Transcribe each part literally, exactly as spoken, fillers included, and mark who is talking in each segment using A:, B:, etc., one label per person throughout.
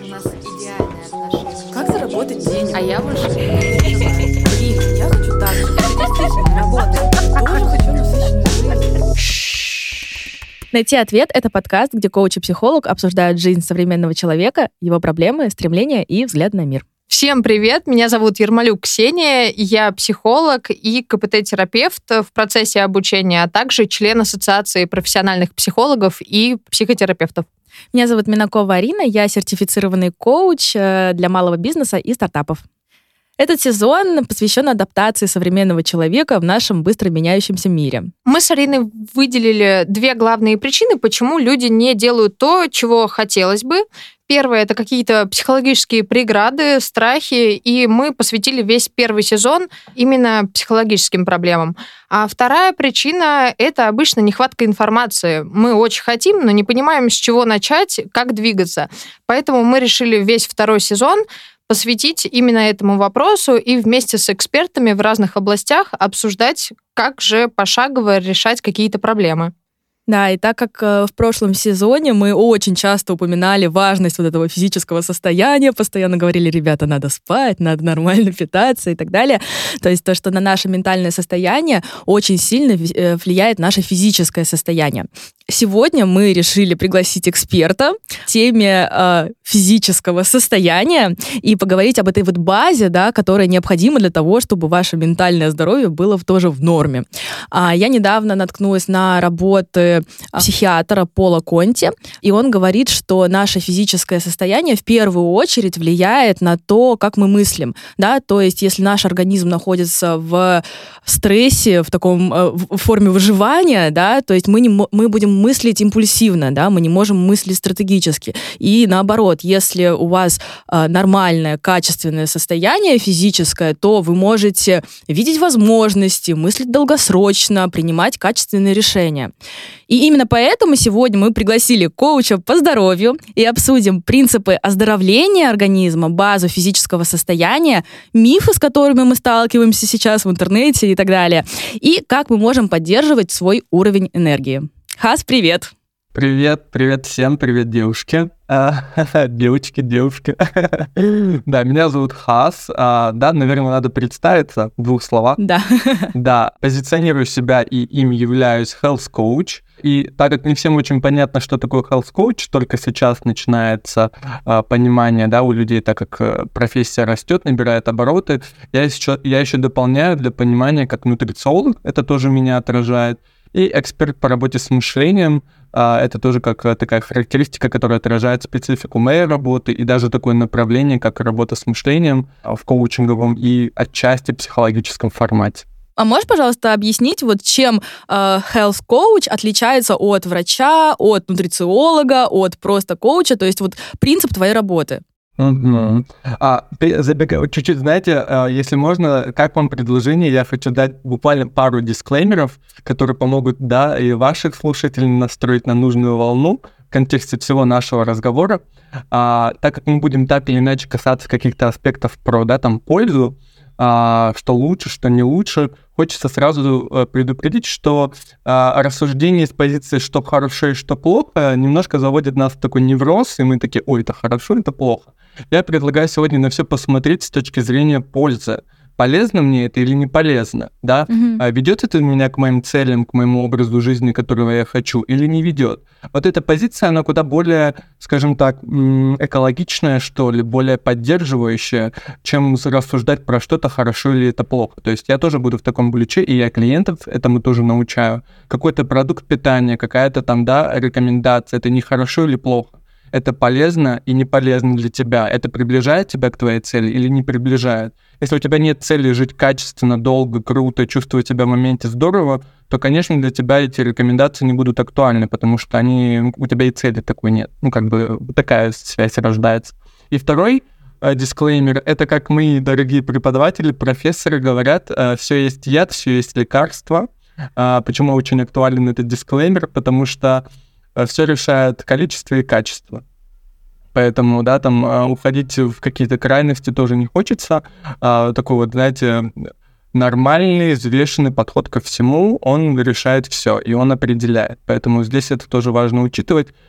A: У нас идеальные отношения.
B: Как заработать денег?
A: А я больше не переживаю.
B: Блин, я хочу так же. Это действительно работает. Тоже хочу насыщенную жизнь.
C: «Найти ответ» — это подкаст, где коуч и психолог обсуждают жизнь современного человека, его проблемы, стремления и взгляд на мир.
D: Всем привет, меня зовут Ермолюк Ксения, я психолог и ка пэ тэ-терапевт в процессе обучения, а также член Ассоциации профессиональных психологов и психотерапевтов.
C: Меня зовут Минакова Арина, я сертифицированный коуч для малого бизнеса и стартапов. Этот сезон посвящен адаптации современного человека в нашем быстро меняющемся мире.
D: Мы с Ариной выделили две главные причины, почему люди не делают то, чего хотелось бы. Первое — это какие-то психологические преграды, страхи, и мы посвятили весь первый сезон именно психологическим проблемам. А вторая причина — это обычно нехватка информации. Мы очень хотим, но не понимаем, с чего начать, как двигаться. Поэтому мы решили весь второй сезон посвятить именно этому вопросу и вместе с экспертами в разных областях обсуждать, как же пошагово решать какие-то проблемы.
C: Да, и так как э, в прошлом сезоне мы очень часто упоминали важность вот этого физического состояния, постоянно говорили, ребята, надо спать, надо нормально питаться и так далее. То есть то, что на наше ментальное состояние очень сильно э, влияет наше физическое состояние. Сегодня мы решили пригласить эксперта в теме э, физического состояния и поговорить об этой вот базе, да, которая необходима для того, чтобы ваше ментальное здоровье было тоже в норме. А я недавно наткнулась на работы психиатра Пола Конти, и он говорит, что наше физическое состояние в первую очередь влияет на то, как мы мыслим, да, то есть если наш организм находится в стрессе, в таком в форме выживания, да, то есть мы, не, мы будем мыслить импульсивно, да, мы не можем мыслить стратегически, и наоборот, если у вас нормальное, качественное состояние физическое, то вы можете видеть возможности, мыслить долгосрочно, принимать качественные решения. И именно поэтому сегодня мы пригласили коуча по здоровью и обсудим принципы оздоровления организма, базу физического состояния, мифы, с которыми мы сталкиваемся сейчас в интернете и так далее, и как мы можем поддерживать свой уровень энергии. Хас, привет!
E: Привет, привет всем, привет, девушки. Девочки, девушки. Да, меня зовут Хас. Да, наверное, надо представиться в двух словах.
C: Да.
E: Да, позиционирую себя и им являюсь health coach. И так как не всем очень понятно, что такое health coach, только сейчас начинается понимание, да, у людей, так как профессия растет, набирает обороты, я еще, я еще дополняю для понимания как нутрициолог, это тоже меня отражает, и эксперт по работе с мышлением. Это тоже как такая характеристика, которая отражает специфику моей работы и даже такое направление, как работа с мышлением в коучинговом и отчасти психологическом формате.
C: А можешь, пожалуйста, объяснить, вот чем э, health coach отличается от врача, от нутрициолога, от просто коуча, то есть вот принцип твоей работы?
E: Mm-hmm. А, забегаю чуть-чуть, знаете, если можно, как вам предложение, я хочу дать буквально пару дисклеймеров, которые помогут, да, и ваших слушателей настроить на нужную волну в контексте всего нашего разговора. А, так как мы будем так или иначе касаться каких-то аспектов про, да, там, пользу, а, что лучше, что не лучше, хочется сразу предупредить, что а, рассуждение с позиции что хорошо и что плохо немножко заводит нас в такой невроз, и мы такие, ой, это хорошо, это плохо. Я предлагаю сегодня на все посмотреть с точки зрения пользы. Полезно мне это или не полезно, да? Mm-hmm. А ведет это меня к моим целям, к моему образу жизни, которого я хочу, или не ведет? Вот эта позиция, она куда более, скажем так, экологичная, что ли, более поддерживающая, чем рассуждать про что-то хорошо или это плохо. То есть я тоже буду в таком ключе, и я клиентов этому тоже научаю. Какой-то продукт питания, какая-то там, да, рекомендация, это не хорошо или плохо. Это полезно и не полезно для тебя. Это приближает тебя к твоей цели или не приближает? Если у тебя нет цели жить качественно, долго, круто, чувствовать себя в моменте здорово, то, конечно, для тебя эти рекомендации не будут актуальны, потому что они, у тебя и цели такой нет. Ну, как бы такая связь рождается. И второй э, дисклеймер — это как мы, дорогие преподаватели, профессоры, говорят, э, все есть яд, все есть лекарство. Э, почему очень актуален этот дисклеймер? Потому что все решает количество и качество. Поэтому, да, там уходить в какие-то крайности тоже не хочется. А, такой вот, знаете, нормальный, взвешенный подход ко всему, он решает все, и он определяет. Поэтому здесь это тоже важно учитывать.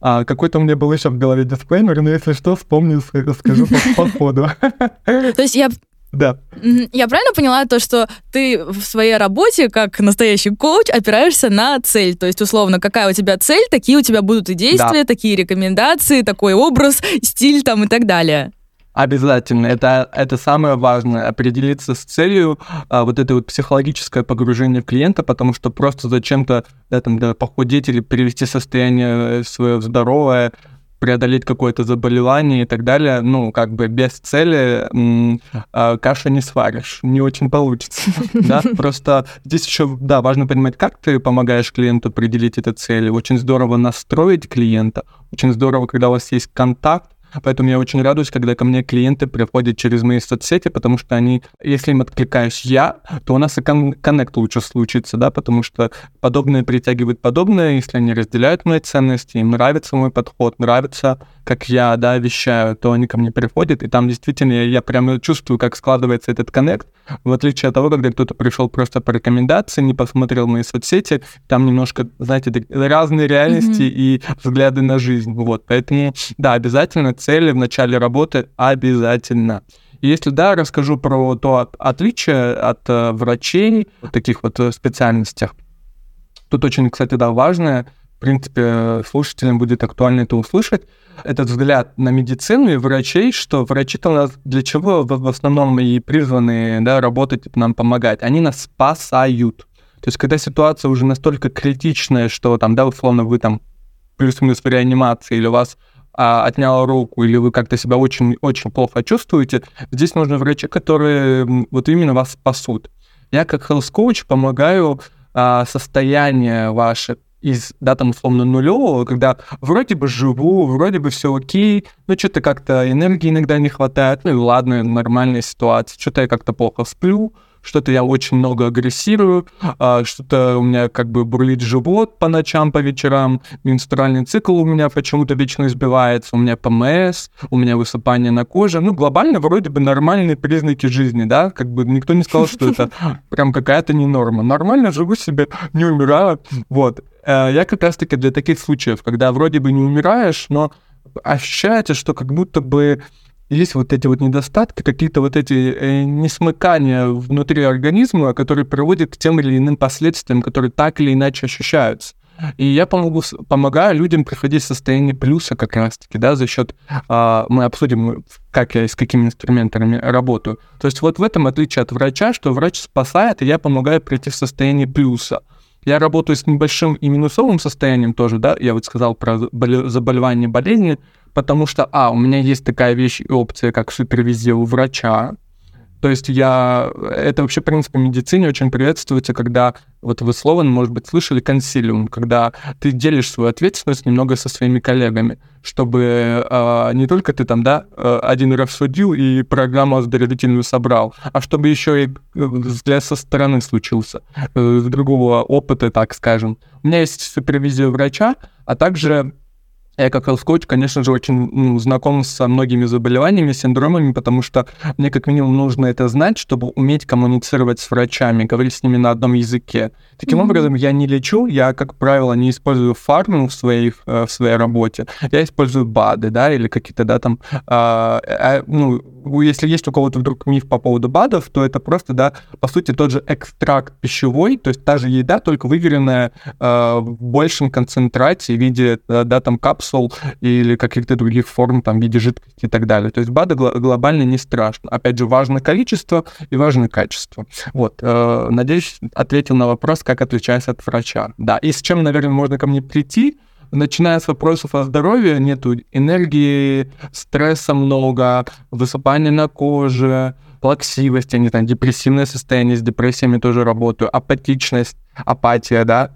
E: А, какой-то у меня был еще в голове дисклеймер, но если что, вспомню, с- скажу по, по ходу.
C: То есть я
E: Да.
C: Мгм. Я правильно поняла то, что ты в своей работе, как настоящий коуч, опираешься на цель? То есть, условно, какая у тебя цель, такие у тебя будут и действия, такие рекомендации, такой образ, стиль там и так далее.
E: Обязательно. Это, это самое важное. Определиться с целью, а, вот это вот психологическое погружение в клиента, потому что просто зачем-то да, там, да, похудеть или привести состояние свое здоровое, преодолеть какое-то заболевание и так далее, ну, как бы без цели м, а, каши не сваришь, не очень получится, да, просто здесь еще, да, важно понимать, как ты помогаешь клиенту определить эту цель. Очень здорово настроить клиента, очень здорово, когда у вас есть контакт. Поэтому я очень радуюсь, когда ко мне клиенты приходят через мои соцсети, потому что они, если им откликаюсь я, то у нас и кон- коннект лучше случится, да, потому что подобное притягивает подобное, если они разделяют мои ценности, им нравится мой подход, нравится, как я, да, вещаю, то они ко мне приходят, и там действительно я, я прямо чувствую, как складывается этот коннект, в отличие от того, когда кто-то пришел просто по рекомендации, не посмотрел мои соцсети, там немножко, знаете, так- разные реальности
C: Мгм.
E: и взгляды на жизнь, вот, поэтому, да, обязательно цели в начале работы обязательно. И если да, расскажу про то от- отличие от э, врачей в таких вот э, специальностях. Тут очень, кстати, да, важное, в принципе, э, слушателям будет актуально это услышать, этот взгляд на медицину и врачей, что врачи-то у нас для чего в, в основном и призваны, да, работать, нам помогать? Они нас спасают. То есть, когда ситуация уже настолько критичная, что там, да, условно, вы там плюс-минус в реанимации, или у вас а, отняла руку, или вы как-то себя очень-очень плохо чувствуете, здесь нужны врачи, которые м, вот именно вас спасут. Я как health coach помогаю а, состояние ваше из, да, там, условно, нулевого, когда вроде бы живу, вроде бы все окей, но что-то как-то энергии иногда не хватает, ну и ладно, нормальная ситуация, что-то я как-то плохо сплю, что-то я очень много агрессирую, а, что-то у меня как бы бурлит живот по ночам, по вечерам, менструальный цикл у меня почему-то вечно избивается, у меня ПМС, у меня высыпание на коже. Ну, глобально вроде бы нормальные признаки жизни, да, как бы никто не сказал, что это прям какая-то не норма. Нормально живу себе, не умираю, вот. Э, Я как раз-таки для таких случаев, когда вроде бы не умираешь, но ощущается, что как будто бы есть вот эти вот недостатки, какие-то вот эти э, несмыкания внутри организма, которые приводят к тем или иным последствиям, которые так или иначе ощущаются. И я помогу, с- помогаю людям приходить в состояние плюса как раз-таки, да, за счет, а, мы обсудим, как я и с какими инструментами работаю. То есть вот в этом отличие от врача, что врач спасает, и я помогаю прийти в состояние плюса. Я работаю с небольшим и минусовым состоянием тоже, да, я вот сказал про заболе- заболевание, болезни, потому что, а, у меня есть такая вещь и опция, как супервизия у врача. То есть я... Это вообще, в принципе, в медицине очень приветствуется, когда, вот вы слово, может быть, слышали, консилиум, когда ты делишь свою ответственность немного со своими коллегами, чтобы э, не только ты там, да, э, один раз судил и программу оздоровительную собрал, а чтобы еще и э, взгляд со стороны случился, э, с другого опыта, так скажем. У меня есть супервизия врача, а также... Я как health coach, конечно же, очень ну, знаком со многими заболеваниями, синдромами, потому что мне как минимум нужно это знать, чтобы уметь коммуницировать с врачами, говорить с ними на одном языке. Таким
C: Мгм.
E: образом, я не лечу, я, как правило, не использую фарму в своей, э, в своей работе, я использую БАДы, да, или какие-то, да, там, а, а, ну, если есть у кого-то вдруг миф по поводу БАДов, то это просто, да, по сути, тот же экстракт пищевой, то есть та же еда, только выверенная э, в большем концентрате в виде, э, да, там, капсул или каких-то других форм, там, в виде жидкости и так далее. То есть БАДы гло- глобально не страшно. Опять же, важно количество и важно качество. Вот, э, надеюсь, ответил на вопрос, как отличаюсь от врача. Да, и с чем, наверное, можно ко мне прийти, начиная с вопросов о здоровье, нету энергии, стресса много, высыпания на коже, плаксивость, я не знаю, депрессивное состояние, с депрессиями тоже работаю, апатичность, апатия, да,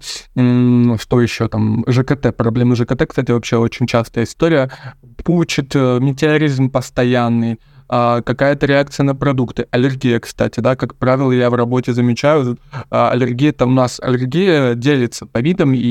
E: М, что еще там, ЖКТ, проблемы ЖКТ, кстати, вообще очень частая история, пучит, э, метеоризм постоянный, а, какая-то реакция на продукты, аллергия, кстати, да, как правило, я в работе замечаю, а, аллергия, там у нас аллергия делится по видам, и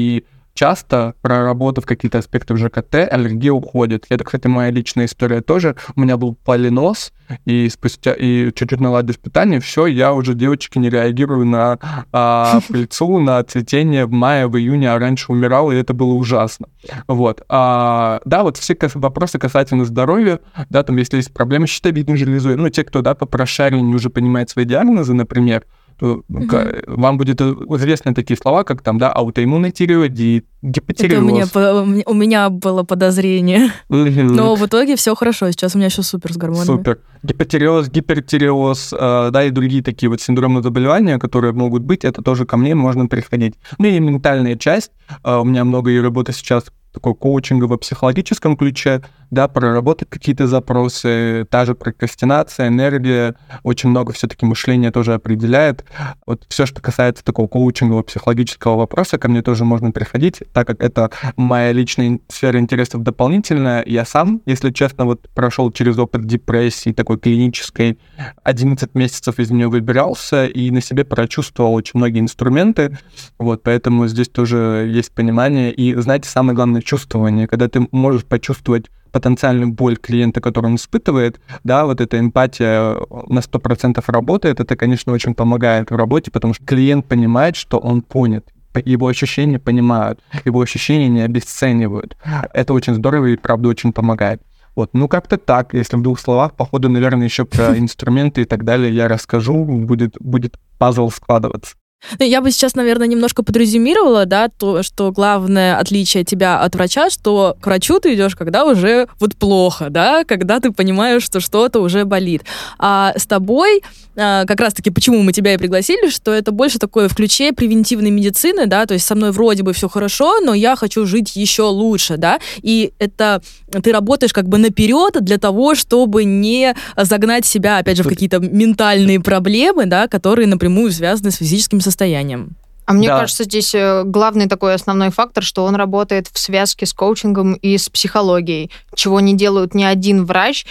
E: часто, проработав какие-то аспекты в ЖКТ, аллергия уходит. Это, кстати, моя личная история тоже. У меня был полинос, и спустя и чуть-чуть наладив питание, все, я уже, девочки, не реагирую на а, пыльцу, на цветение в мае, в июне, а раньше умирал, и это было ужасно. Вот. А, да, вот все вопросы касательно здоровья, да, там, если есть проблемы с щитовидной железой, ну, те, кто, да, по прошарению уже понимает свои диагнозы, например, то mm-hmm. вам будет известны такие слова, как там, да, аутоиммунный тиреоидит, гипотиреоз.
C: Это у меня, у меня было подозрение. Mm-hmm. Но в итоге все хорошо. Сейчас у меня еще супер с гормонами.
E: Супер. Гипотиреоз, гипертиреоз, э, да, и другие такие вот синдромные заболевания, которые могут быть, это тоже ко мне можно приходить. Ну и ментальная часть. Э, у меня много и работы сейчас такой коучингово-психологическом ключе, да, проработать какие-то запросы, та же прокрастинация, энергия, очень много все-таки мышления тоже определяет. Вот все, что касается такого коучингово-психологического вопроса, ко мне тоже можно приходить, так как это моя личная сфера интересов дополнительная. Я сам, если честно, вот прошел через опыт депрессии такой клинической, одиннадцать месяцев из нее выбирался и на себе прочувствовал очень многие инструменты, вот, поэтому здесь тоже есть понимание. И, знаете, самое главное чувствование, когда ты можешь почувствовать потенциальную боль клиента, которую он испытывает, да, вот эта эмпатия на сто процентов работает, это, конечно, очень помогает в работе, потому что клиент понимает, что он понят, его ощущения понимают, его ощущения не обесценивают. Это очень здорово и, правда, очень помогает. Вот, ну как-то так, если в двух словах, походу, наверное, еще про инструменты и так далее я расскажу, будет, будет пазл складываться.
C: Я бы сейчас, наверное, немножко подрезюмировала, да, то, что главное отличие тебя от врача, что к врачу ты идешь, когда уже вот плохо, да, когда ты понимаешь, что что-то уже болит. А с тобой, как раз-таки, почему мы тебя и пригласили, что это больше такое в ключе превентивной медицины, да, то есть со мной вроде бы все хорошо, но я хочу жить еще лучше, да, и это ты работаешь как бы наперед для того, чтобы не загнать себя, опять же, в какие-то ментальные проблемы, да, которые напрямую связаны с физическим состоянием.
D: А мне
E: Да.
D: кажется, здесь главный такой основной фактор, что он работает в связке с коучингом и с психологией, чего не делают ни один врач,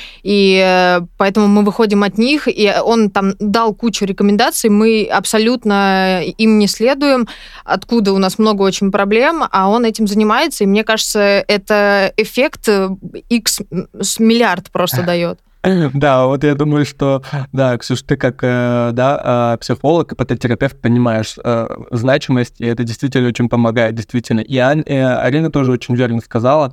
D: и поэтому мы выходим от них, и он там дал кучу рекомендаций, мы абсолютно им не следуем, откуда у нас много очень проблем, а он этим занимается, и мне кажется, это эффект X с миллиард просто дает.
E: Да, вот я думаю, что, да, Ксюш, ты как, э, да, э, психолог, ипототерапевт понимаешь э, значимость, и это действительно очень помогает, действительно. И Ань, э, Арина тоже очень верно сказала,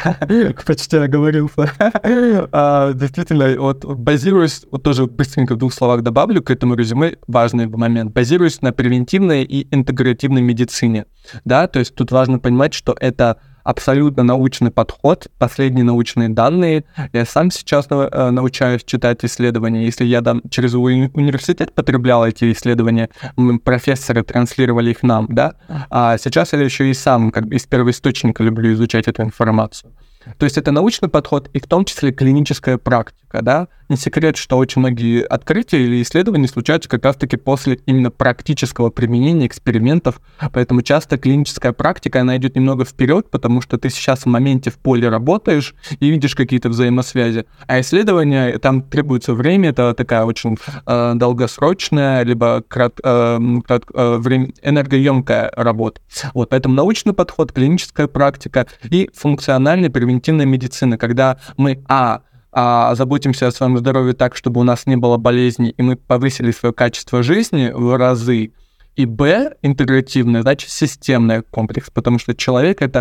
E: почти оговорился. Действительно, вот базируясь, вот тоже быстренько в двух словах добавлю к этому резюме важный момент, базируясь на превентивной и интегративной медицине, да, то есть тут важно понимать, что это абсолютно научный подход, последние научные данные. Я сам сейчас э, научаюсь читать исследования. Если я там через уни- университет потреблял эти исследования, профессоры транслировали их нам, да, а сейчас я еще и сам как бы из первоисточника люблю изучать эту информацию. То есть это научный подход и в том числе клиническая практика, да. Не секрет, что очень многие открытия или исследования случаются как раз-таки после именно практического применения экспериментов, поэтому часто клиническая практика, она идет немного вперед, потому что ты сейчас в моменте в поле работаешь и видишь какие-то взаимосвязи, а исследования, там требуется время, это такая очень э, долгосрочная, либо крат, э, крат, э, время, энергоемкая работа. Вот, поэтому научный подход, клиническая практика и функциональная превентивная медицина, когда мы, а, а заботимся о своем здоровье так, чтобы у нас не было болезней, и мы повысили свое качество жизни в разы. И Б, интегративное, значит, системный комплекс, потому что человек — это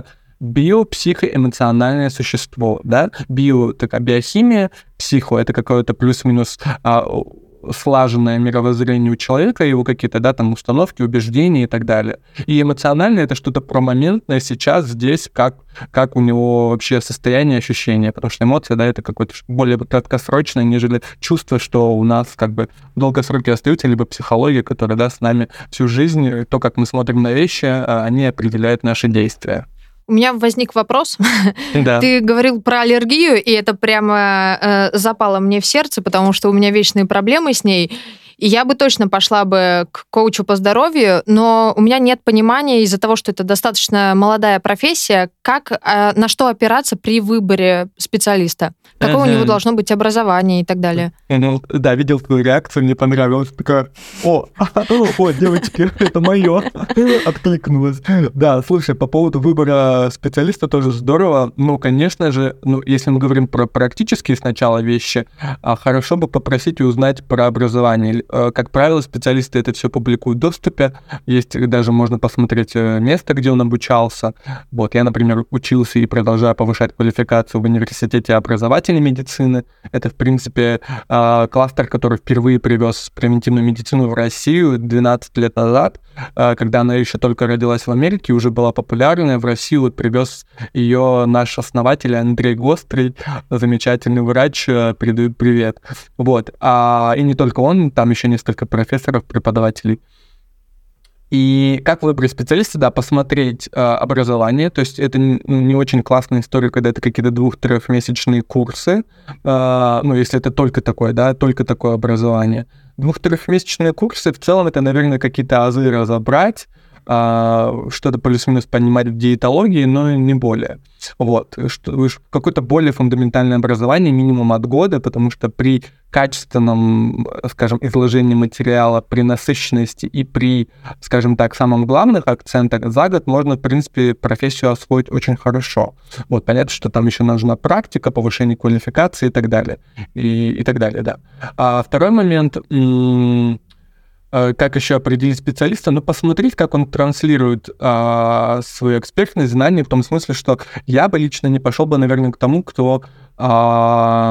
E: био-психоэмоциональное существо, да? Био — такая биохимия, психо — это какое-то плюс-минус а, слаженное мировоззрение у человека, его какие-то, да, там, установки, убеждения и так далее. И эмоциональное — это что-то промоментное сейчас, здесь, как, как у него вообще состояние, ощущения, потому что эмоции, да, это какое-то более краткосрочное, нежели чувство, что у нас как бы в долгосроке остаются, либо психология, которая, да, с нами всю жизнь, то, как мы смотрим на вещи, они определяют наши действия.
D: У меня возник вопрос.
E: Да.
D: Ты говорил про аллергию, и это прямо э, запало мне в сердце, потому что у меня вечные проблемы с ней. И я бы точно пошла бы к коучу по здоровью, но у меня нет понимания из-за того, что это достаточно молодая профессия, как, э, на что опираться при выборе специалиста. Какое
E: Ага.
D: у него должно быть образование и так далее.
E: Ну, да, видел твою реакцию, мне понравилось. Такая, о, о, девочки, это мое. Откликнулась. Да, слушай, по поводу выбора специалиста тоже здорово. Ну, конечно же, ну, если мы говорим про практические сначала вещи, а, хорошо бы попросить и узнать про образование. Э, Как правило, специалисты это все публикуют в доступе. Есть даже можно посмотреть э, место, где он обучался. Вот, я, например, учился и продолжаю повышать квалификацию в университете образовательной медицины. Это, в принципе, э, кластер, который впервые привез превентивную медицину в Россию двенадцать лет назад, э, когда она еще только родилась в Америке, уже была популярная. В Россию вот привез ее наш основатель Андрей Гострый, замечательный врач, э, передает привет. Вот. А, и не только он, там еще несколько профессоров, преподавателей. И как выбрать специалиста? Да, посмотреть э, образование. То есть это не, ну, не очень классная история, когда это какие-то двух-трехмесячные курсы. Э, ну, если это только такое, да, только такое образование. Двух-трехмесячные курсы, в целом, это, наверное, какие-то азы разобрать, э, что-то плюс-минус понимать в диетологии, но не более. Вот. Что, какое-то более фундаментальное образование, минимум от года, потому что при качественном, скажем, изложении материала, при насыщенности и при, скажем так, самых главных акцентах за год можно, в принципе, профессию освоить очень хорошо. Вот, понятно, что там еще нужна практика, повышение квалификации и так далее. И, и так далее, да. А второй момент, м- как еще определить специалиста, ну, посмотреть, как он транслирует а, свою экспертность, знания, в том смысле, что я бы лично не пошел бы, наверное, к тому, кто, а,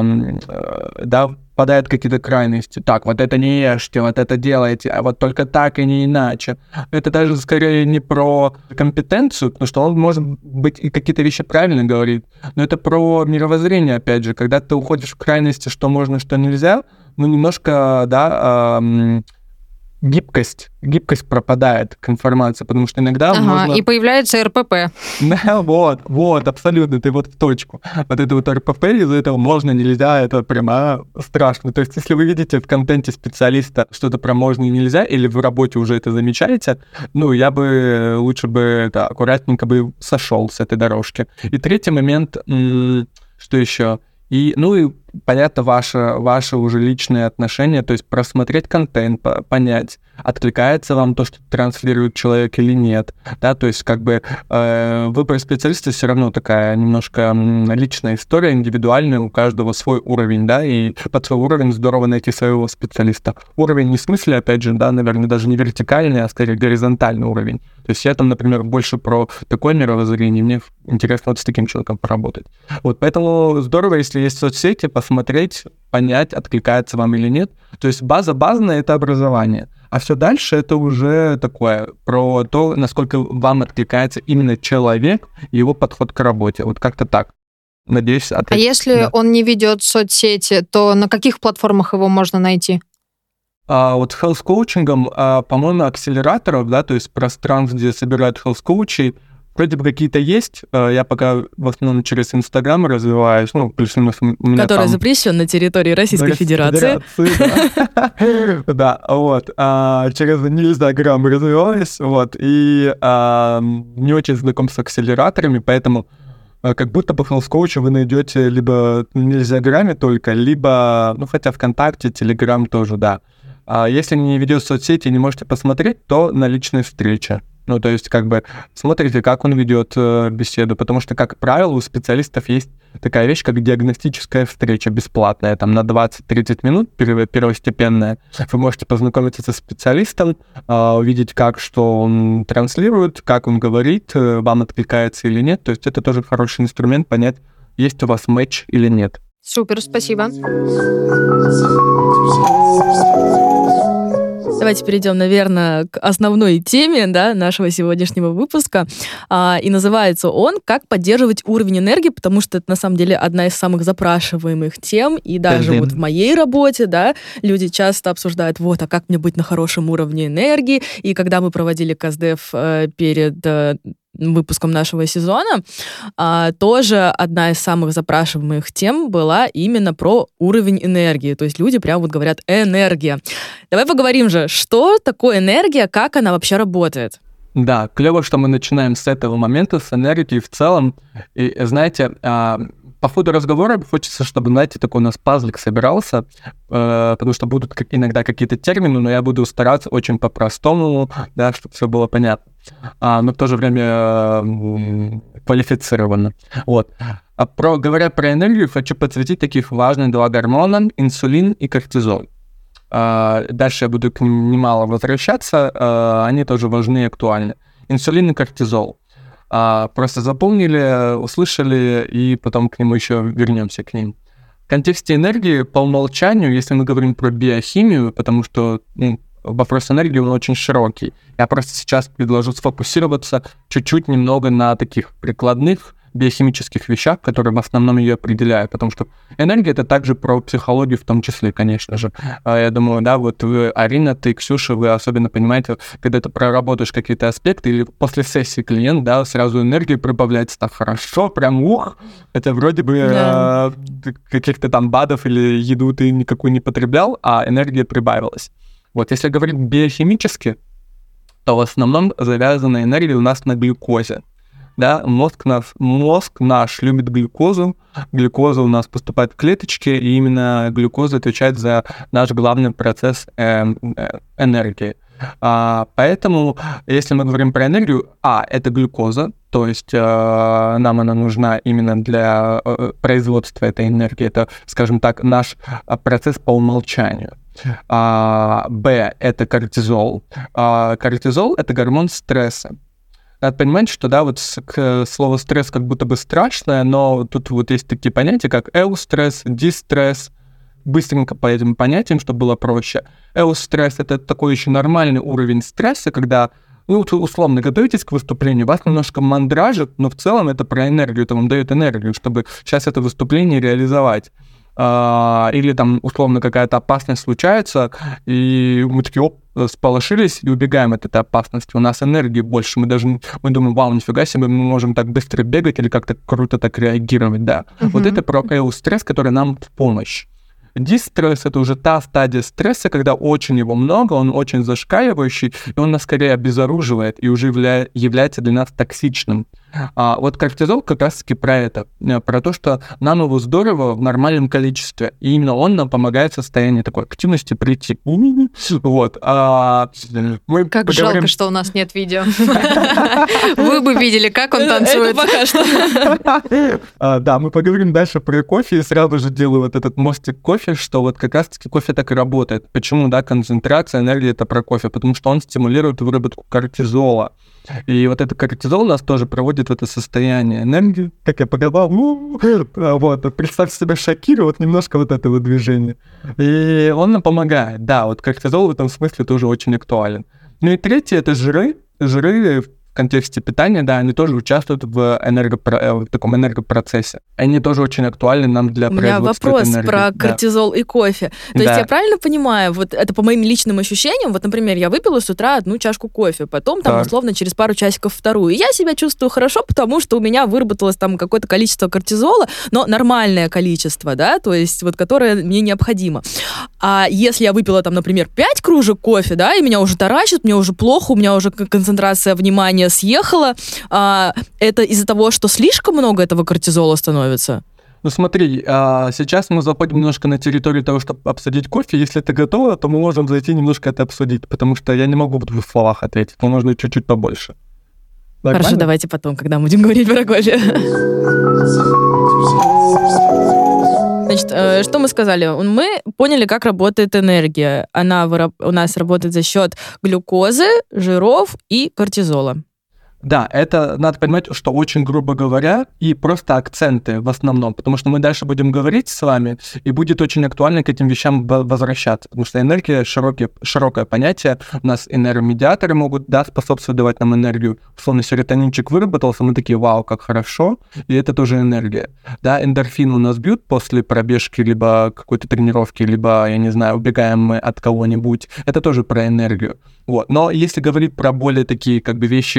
E: да, впадает в какие-то крайности. Так, вот это не ешьте, вот это делайте, а вот только так и не иначе. Это даже скорее не про компетенцию, потому что он, может быть, и какие-то вещи правильно говорит, но это про мировоззрение, опять же, когда ты уходишь в крайности, что можно, что нельзя, ну, немножко, да, а, гибкость, гибкость пропадает к информации, потому что иногда
D: Ага,
E: можно...
D: и появляется эр пэ пэ.
E: Да, вот, вот, абсолютно, ты вот в точку. Вот это вот эр пэ пэ, из-за этого можно, нельзя, это прямо страшно. То есть, если вы видите в контенте специалиста что-то про можно и нельзя, или в работе уже это замечаете, ну, я бы лучше бы это аккуратненько бы сошел с этой дорожки. И третий момент, м- что еще? И, ну и, понятно, ваше, ваше уже личные отношения, то есть просмотреть контент, по- понять, откликается вам то, что транслирует человек или нет, да, то есть как бы э, выбор специалиста все равно такая немножко м, личная история, индивидуальная, у каждого свой уровень, да, и под свой уровень здорово найти своего специалиста. Уровень не в смысле, опять же, да, наверное, даже не вертикальный, а скорее горизонтальный уровень. То есть я там, например, больше про такое мировоззрение, мне интересно вот с таким человеком поработать. Вот, поэтому здорово, если есть соцсети, посмотреть, понять, откликается вам или нет. То есть база базовая — это образование. А все дальше это уже такое, про то, насколько вам откликается именно человек и его подход к работе. Вот как-то так. Надеюсь, ответ.
D: А если
E: Да.
D: он не ведет соцсети, то на каких платформах его можно найти?
E: А вот с health-коучингом, а, по-моему, акселераторов, да, то есть пространств, где собирают health-коучей, вроде бы какие-то есть. А, Я пока в основном через Инстаграм развиваюсь, ну, плюс-минус у меня
C: Который
E: там...
C: запрещен на территории Российской Федерации.
E: Федерации, да. Да, вот. А, Через Инстаграм развиваюсь, вот, и а, не очень знаком с акселераторами, поэтому а, как будто бы health-коуча вы найдете либо в Нельзяграме только, либо, ну, хотя ВКонтакте, Телеграм тоже, да. А если не ведет соцсети и не можете посмотреть, то на личной встрече. Ну, то есть, как бы, смотрите, как он ведет э, беседу, потому что, как правило, у специалистов есть такая вещь, как диагностическая встреча бесплатная, там, на двадцать-тридцать минут, перв- первостепенная. Вы можете познакомиться со специалистом, э, увидеть, как, что он транслирует, как он говорит, э, вам откликается или нет. То есть, это тоже хороший инструмент понять, есть у вас матч или нет.
D: Супер, спасибо.
C: Давайте перейдем, наверное, к основной теме, да, нашего сегодняшнего выпуска. А, и называется он «Как поддерживать уровень энергии», потому что это, на самом деле, одна из самых запрашиваемых тем. И даже
E: Блин.
C: вот в моей работе, да, люди часто обсуждают, вот, а как мне быть на хорошем уровне энергии? И когда мы проводили КСДФ э, перед... э, выпуском нашего сезона, а, тоже одна из самых запрашиваемых тем была именно про уровень энергии. То есть люди прям вот говорят «энергия». Давай поговорим же, что такое энергия, как она вообще работает?
E: Да, клево, что мы начинаем с этого момента, с энергии в целом. И, знаете, а, по ходу разговора хочется, чтобы, знаете, такой у нас пазлик собирался, э, потому что будут как, иногда какие-то термины, но я буду стараться очень по-простому, да, чтобы все было понятно, а, но в то же время э, квалифицированно. Вот. А про, говоря про энергию, хочу подсветить таких важных два гормона – инсулин и кортизол. Uh, дальше я буду к ним немало возвращаться, uh, они тоже важны и актуальны. Инсулин и кортизол. Uh, просто запомнили, услышали, и потом к нему еще вернемся к ним. В контексте энергии по умолчанию, если мы говорим про биохимию, потому что ну, вопрос энергии, он очень широкий, я просто сейчас предложу сфокусироваться чуть-чуть немного на таких прикладных биохимических вещах, которые в основном ее определяют, потому что энергия — это также про психологию в том числе, конечно же. Я думаю, да, вот вы, Арина, ты, Ксюша, вы особенно понимаете, когда ты проработаешь какие-то аспекты, или после сессии клиент, да, сразу энергия прибавляется так хорошо, прям ух, это вроде бы да. э, каких-то там БАДов или еду ты никакую не потреблял, а энергия прибавилась. Вот, если говорить биохимически, то в основном завязана энергия у нас на глюкозе. Да, мозг, нас, мозг наш любит глюкозу, глюкоза у нас поступает в клеточки, и именно глюкоза отвечает за наш главный процесс э, э, энергии. А, поэтому, если мы говорим про энергию, а, это глюкоза, то есть э, нам она нужна именно для э, производства этой энергии, это, скажем так, наш процесс по умолчанию. А, б, это кортизол. А, кортизол — это гормон стресса. Надо понимать, что, да, вот к слову стресс как будто бы страшное, но тут вот есть такие понятия, как эустресс, дистресс. Быстренько по этим понятиям, чтобы было проще. Эустресс — это такой еще нормальный уровень стресса, когда вы условно готовитесь к выступлению, вас немножко мандражит, но в целом это про энергию, это вам дает энергию, чтобы сейчас это выступление реализовать. Или там условно какая-то опасность случается, и мы такие, оп, сполошились и убегаем от этой опасности. У нас энергии больше, мы даже мы думаем, вау, нифига себе, мы можем так быстро бегать или как-то круто так реагировать, да. Uh-huh. Вот это про эустресс, который нам в помощь. Дистресс — это уже та стадия стресса, когда очень его много, он очень зашкаливающий, и он нас скорее обезоруживает и уже явля- является для нас токсичным. А вот кортизол как раз-таки про это, про то, что нам его здорово в нормальном количестве, и именно он нам помогает в состоянии такой активности прийти. Вот. А мы
D: как
E: поговорим...
D: жалко, что у нас нет видео. Вы бы видели, как он танцует.
C: пока что.
E: Да, мы поговорим дальше про кофе, и сразу же делаю вот этот мостик кофе, что вот как раз-таки кофе так и работает. Почему, да, концентрация энергии — это про кофе? Потому что он стимулирует выработку кортизола. И вот этот кортизол нас тоже проводит в это состояние энергии, как я показал, вот, представь себе Шакиру, вот немножко вот этого движения. И он нам помогает, да, вот кортизол в этом смысле тоже очень актуален. Ну и третье — это жиры, жиры в контексте питания, да, они тоже участвуют в, энергопро... в таком энергопроцессе. Они тоже очень актуальны нам для производства энергии.
C: У меня вопрос про
E: да.
C: кортизол и кофе. То да. есть я правильно понимаю, вот это по моим личным ощущениям, вот, например, я выпила с утра одну чашку кофе, потом там, так. условно, через пару часиков вторую. И я себя чувствую хорошо, потому что у меня выработалось там какое-то количество кортизола, но нормальное количество, да, то есть вот которое мне необходимо. А если я выпила там, например, пять кружек кофе, да, и меня уже таращит, мне уже плохо, у меня уже концентрация внимания съехала, а, это из-за того, что слишком много этого кортизола становится?
E: Ну смотри, а, сейчас мы заходим немножко на территорию того, чтобы обсудить кофе. Если ты готова, то мы можем зайти немножко это обсудить, потому что я не могу в двух словах ответить, но можно чуть-чуть побольше.
C: Нормально? Хорошо, давайте потом, когда будем говорить про кофе. Значит, что мы сказали? Мы поняли, как работает энергия. Она у нас работает за счет глюкозы, жиров и кортизола.
E: Да, это надо понимать, что очень грубо говоря, и просто акценты в основном, потому что мы дальше будем говорить с вами, и будет очень актуально к этим вещам возвращаться, потому что энергия — широкие, широкое понятие, у нас и нейромедиаторы могут, да, способствовать давать нам энергию, условно, серотонинчик выработался, мы такие, вау, как хорошо, и это тоже энергия, да, эндорфины у нас бьют после пробежки, либо какой-то тренировки, либо, я не знаю, убегаем мы от кого-нибудь, это тоже про энергию. Вот. Но если говорить про более такие как бы вещи вот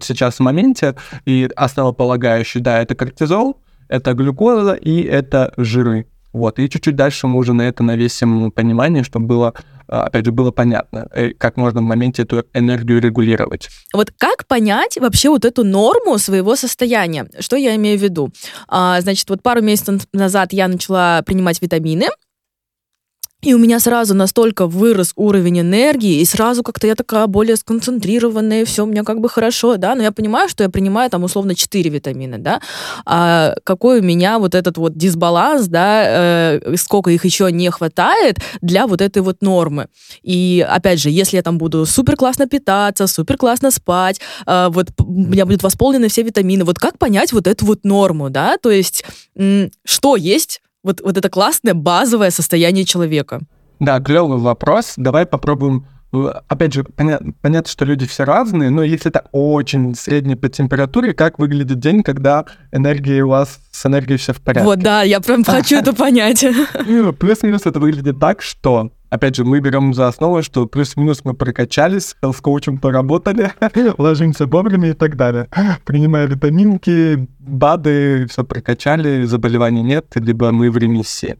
E: сейчас в моменте, и основополагающий, да, это кортизол, это глюкоза и это жиры. Вот, и чуть-чуть дальше мы уже на это навесим понимание, чтобы было, опять же, было понятно, как можно в моменте эту энергию регулировать.
C: Вот как понять вообще вот эту норму своего состояния? Что я имею в виду? А, значит, вот пару месяцев назад я начала принимать витамины, и у меня сразу настолько вырос уровень энергии, и сразу как-то я такая более сконцентрированная, все у меня как бы хорошо, да, но я понимаю, что я принимаю там условно четыре витамина, да, а какой у меня вот этот вот дисбаланс, да, э, сколько их еще не хватает для вот этой вот нормы. И опять же, если я там буду супер классно питаться, супер классно спать, э, вот у меня будут восполнены все витамины, вот как понять вот эту вот норму, да, то есть м- что есть Вот, вот это классное базовое состояние человека?
E: Да, клевый вопрос. Давай попробуем. Опять же, понятно, понятно, что люди все разные, но если это очень средний по температуре, как выглядит день, когда энергия у вас с энергией все в порядке?
C: Вот, да, я прям хочу это понять.
E: Плюс-минус это выглядит так, что, опять же, мы берем за основу, что плюс-минус мы прокачались, с коучем поработали, ложимся вовремя и так далее. Принимая витаминки, БАДы, все прокачали, заболеваний нет, либо мы в ремиссии.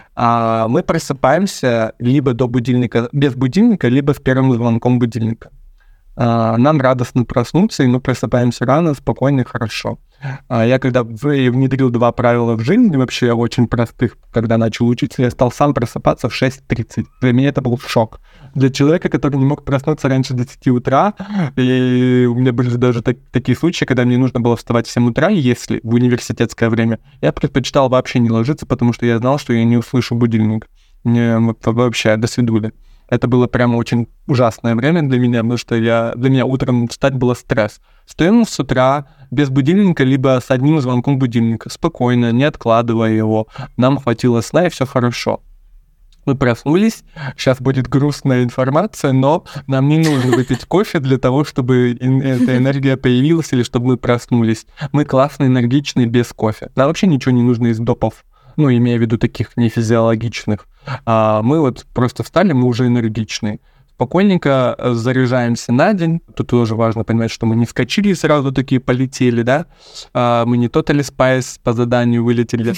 E: А мы просыпаемся либо до будильника, без будильника, либо с первым звонком будильника. А, нам радостно проснуться, и мы просыпаемся рано, спокойно и хорошо. А, я когда внедрил два правила в жизнь, вообще очень простых, когда начал учиться, я стал сам просыпаться в шесть тридцать. Для меня это был шок. Для человека, который не мог проснуться раньше десяти утра, и у меня были даже так, такие случаи, когда мне нужно было вставать в семь утра, если в университетское время, я предпочитал вообще не ложиться, потому что я знал, что я не услышу будильник. Не, вообще, до свидули. Это было прямо очень ужасное время для меня, потому что я, для меня утром встать было стресс. Встаем с утра без будильника, либо с одним звонком будильника, спокойно, не откладывая его. Нам хватило сна, и все хорошо. Мы проснулись, сейчас будет грустная информация, но нам не нужно выпить кофе для того, чтобы эта энергия появилась или чтобы мы проснулись. Мы классно энергичные без кофе. Нам вообще ничего не нужно из допов, ну, имея в виду таких нефизиологичных. А мы вот просто встали, мы уже энергичные. Спокойненько заряжаемся на день. Тут тоже важно понимать, что мы не вскочили и сразу такие полетели, да? А мы не Totally Spice по заданию вылетели.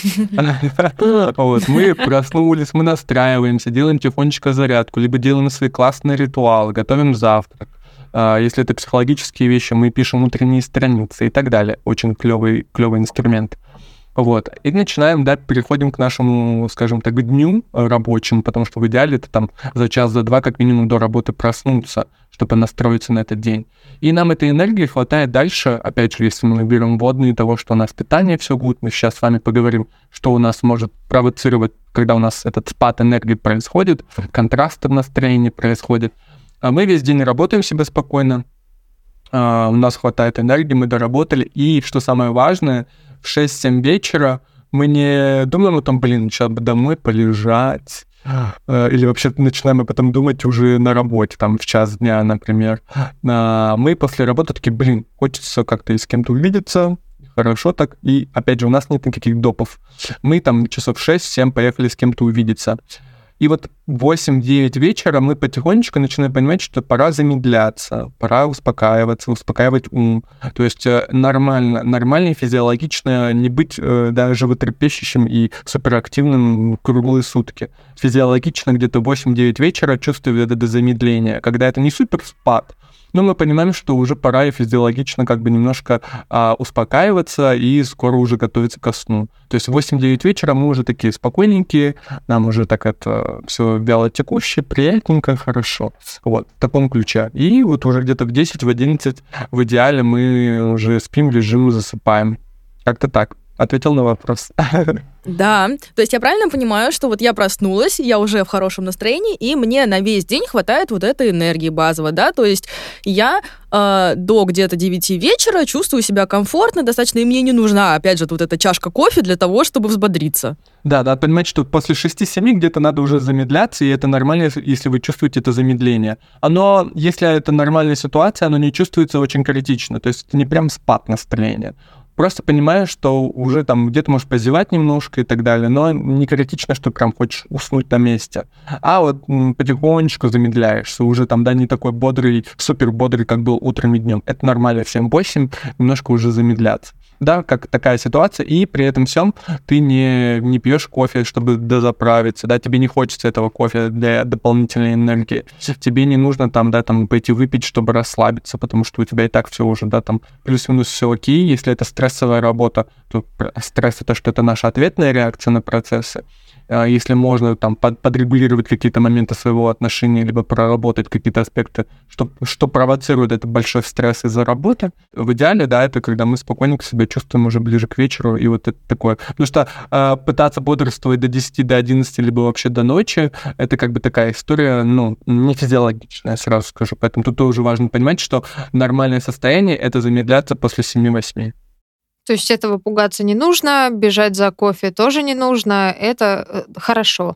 E: Вот, мы проснулись, мы настраиваемся, делаем тихонечко зарядку, либо делаем свои классные ритуалы, готовим завтрак. Если это психологические вещи, мы пишем утренние страницы и так далее. Очень клевый, клевый инструмент. Вот, и начинаем, да, переходим к нашему, скажем так, дню рабочему, потому что в идеале это там за час, за два, как минимум, до работы проснуться, чтобы настроиться на этот день. И нам этой энергии хватает дальше, опять же, если мы берем водные, того, что у нас питание все гуд, мы сейчас с вами поговорим, что у нас может провоцировать, когда у нас этот спад энергии происходит, контрасты в настроении происходят. А мы весь день работаем себе спокойно, а, у нас хватает энергии, мы доработали, и, что самое важное, в шесть-семь вечера мы не думаем о том, блин, сейчас бы домой полежать, или вообще начинаем об этом думать уже на работе, там, в час дня, например. Мы после работы такие, блин, хочется как-то и с кем-то увидеться, хорошо так, и, опять же, у нас нет никаких допов. Мы там часов шесть-семь поехали с кем-то увидеться. И вот в восемь-девять вечера мы потихонечку начинаем понимать, что пора замедляться, пора успокаиваться, успокаивать ум. То есть нормально, нормально и физиологично не быть э, да, животрепещущим и суперактивным круглые сутки. Физиологично где-то в восемь-девять вечера чувствую это замедление, когда это не суперспад, но мы понимаем, что уже пора и физиологично как бы немножко а, успокаиваться и скоро уже готовиться ко сну. То есть в восемь-девять вечера мы уже такие спокойненькие, нам уже так это все вяло текущее, приятненько, хорошо. Вот, в таком ключе. И вот уже где-то в десять, в одиннадцать в идеале мы уже спим, лежим, засыпаем. Как-то так. Ответил на вопрос.
C: Да, то есть я правильно понимаю, что вот я проснулась, я уже в хорошем настроении, и мне на весь день хватает вот этой энергии базовой, да, то есть я э, до где-то девяти вечера чувствую себя комфортно достаточно, и мне не нужна, опять же, вот эта чашка кофе для того, чтобы взбодриться.
E: Да, надо понимать, что после шести-семи где-то надо уже замедляться, и это нормально, если вы чувствуете это замедление. Оно, если это нормальная ситуация, оно не чувствуется очень критично, то есть это не прям спад настроения. просто понимаешь, что уже там где-то можешь позевать немножко и так далее, но не критично, что прям хочешь уснуть на месте. А вот м, потихонечку замедляешься, уже там, да, не такой бодрый, супер бодрый, как был утром и днем. Это нормально, в семь восемь немножко уже замедляться. Да, как такая ситуация, и при этом всем ты не, не пьешь кофе, чтобы дозаправиться, да, тебе не хочется этого кофе для дополнительной энергии, тебе не нужно там, да, там пойти выпить, чтобы расслабиться, потому что у тебя и так все уже, да, там плюс-минус все окей, если это стрессовая работа, то стресс — это что, это наша ответная реакция на процессы. Если можно там под, подрегулировать какие-то моменты своего отношения, либо проработать какие-то аспекты, что, что провоцирует это большой стресс из-за работы, в идеале, да, это когда мы спокойненько себя чувствуем уже ближе к вечеру, и вот это такое. Потому что э, пытаться бодрствовать до десяти, до одиннадцати, либо вообще до ночи, это как бы такая история, ну, не физиологичная, сразу скажу. Поэтому тут тоже важно понимать, что нормальное состояние — это замедляться после семи-восьми.
D: То есть этого пугаться не нужно, бежать за кофе тоже не нужно, это э, хорошо.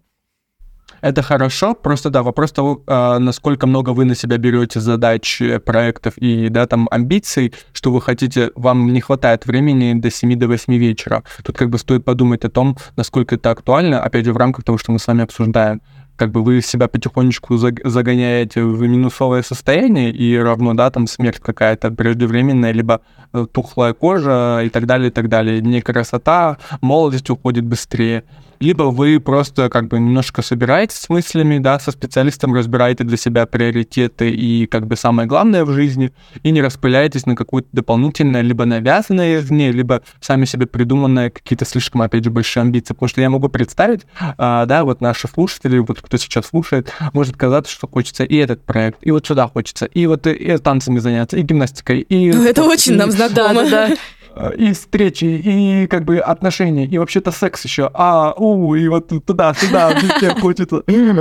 E: Это хорошо, просто, да, вопрос того, а, насколько много вы на себя берете задач, проектов и, да, там, амбиций, что вы хотите, вам не хватает времени до семи, до восьми вечера. Тут как бы стоит подумать о том, насколько это актуально, опять же, в рамках того, что мы с вами обсуждаем. Как бы вы себя потихонечку загоняете в минусовое состояние, и равно, да, там смерть какая-то преждевременная, либо тухлая кожа и так далее, и так далее. Не красота, молодость уходит быстрее. Либо вы просто как бы немножко собираетесь с мыслями, да, со специалистом разбираете для себя приоритеты и как бы самое главное в жизни, и не распыляетесь на какое-то дополнительное, либо навязанное извне, либо сами себе придуманные какие-то слишком, опять же, большие амбиции. Потому что я могу представить, а, да, вот наши слушатели, вот кто сейчас слушает, может казаться, что хочется и этот проект, и вот сюда хочется, и вот и, и танцами заняться, и гимнастикой, и...
C: Ну, это очень нам знакомо.
D: Да, да.
E: И встречи, и как бы отношения, и вообще-то секс еще. А, у, и вот туда-сюда, везде хочется.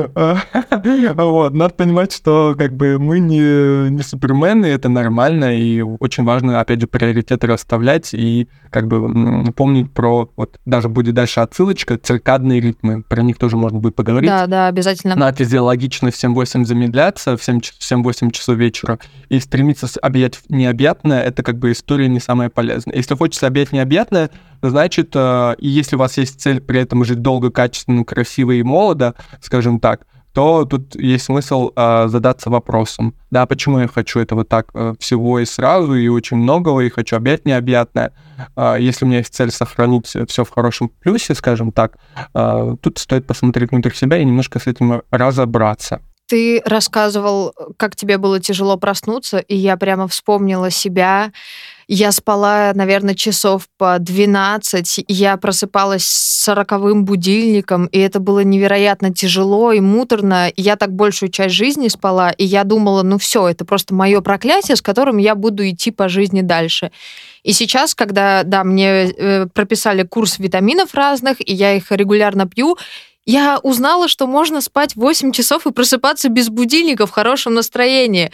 E: Вот, надо понимать, что как бы мы не, не супермены, это нормально, и очень важно, опять же, приоритеты расставлять и как бы помнить про, вот даже будет дальше отсылочка, циркадные ритмы, про них тоже можно будет поговорить.
D: Да, да, обязательно.
E: На физиологично в семь-восемь замедляться, в семь-восемь часов вечера, и стремиться объять необъятное, это как бы история не самая полезная. Если хочется объять необъятное, значит, э, и если у вас есть цель при этом жить долго, качественно, красиво и молодо, скажем так, то тут есть смысл э, задаться вопросом, да, почему я хочу этого так э, всего и сразу, и очень многого, и хочу объять необъятное. Э, если у меня есть цель сохранить все в хорошем плюсе, скажем так, э, тут стоит посмотреть внутрь себя и немножко с этим разобраться.
D: Ты рассказывал, как тебе было тяжело проснуться, и я прямо вспомнила себя. Я спала, наверное, часов по двенадцать, я просыпалась с сороковым будильником, и это было невероятно тяжело и муторно. Я так большую часть жизни спала, и я думала, ну все, это просто мое проклятие, с которым я буду идти по жизни дальше. И сейчас, когда, да, мне э, прописали курс витаминов разных, и я их регулярно пью, я узнала, что можно спать восемь часов и просыпаться без будильника в хорошем настроении.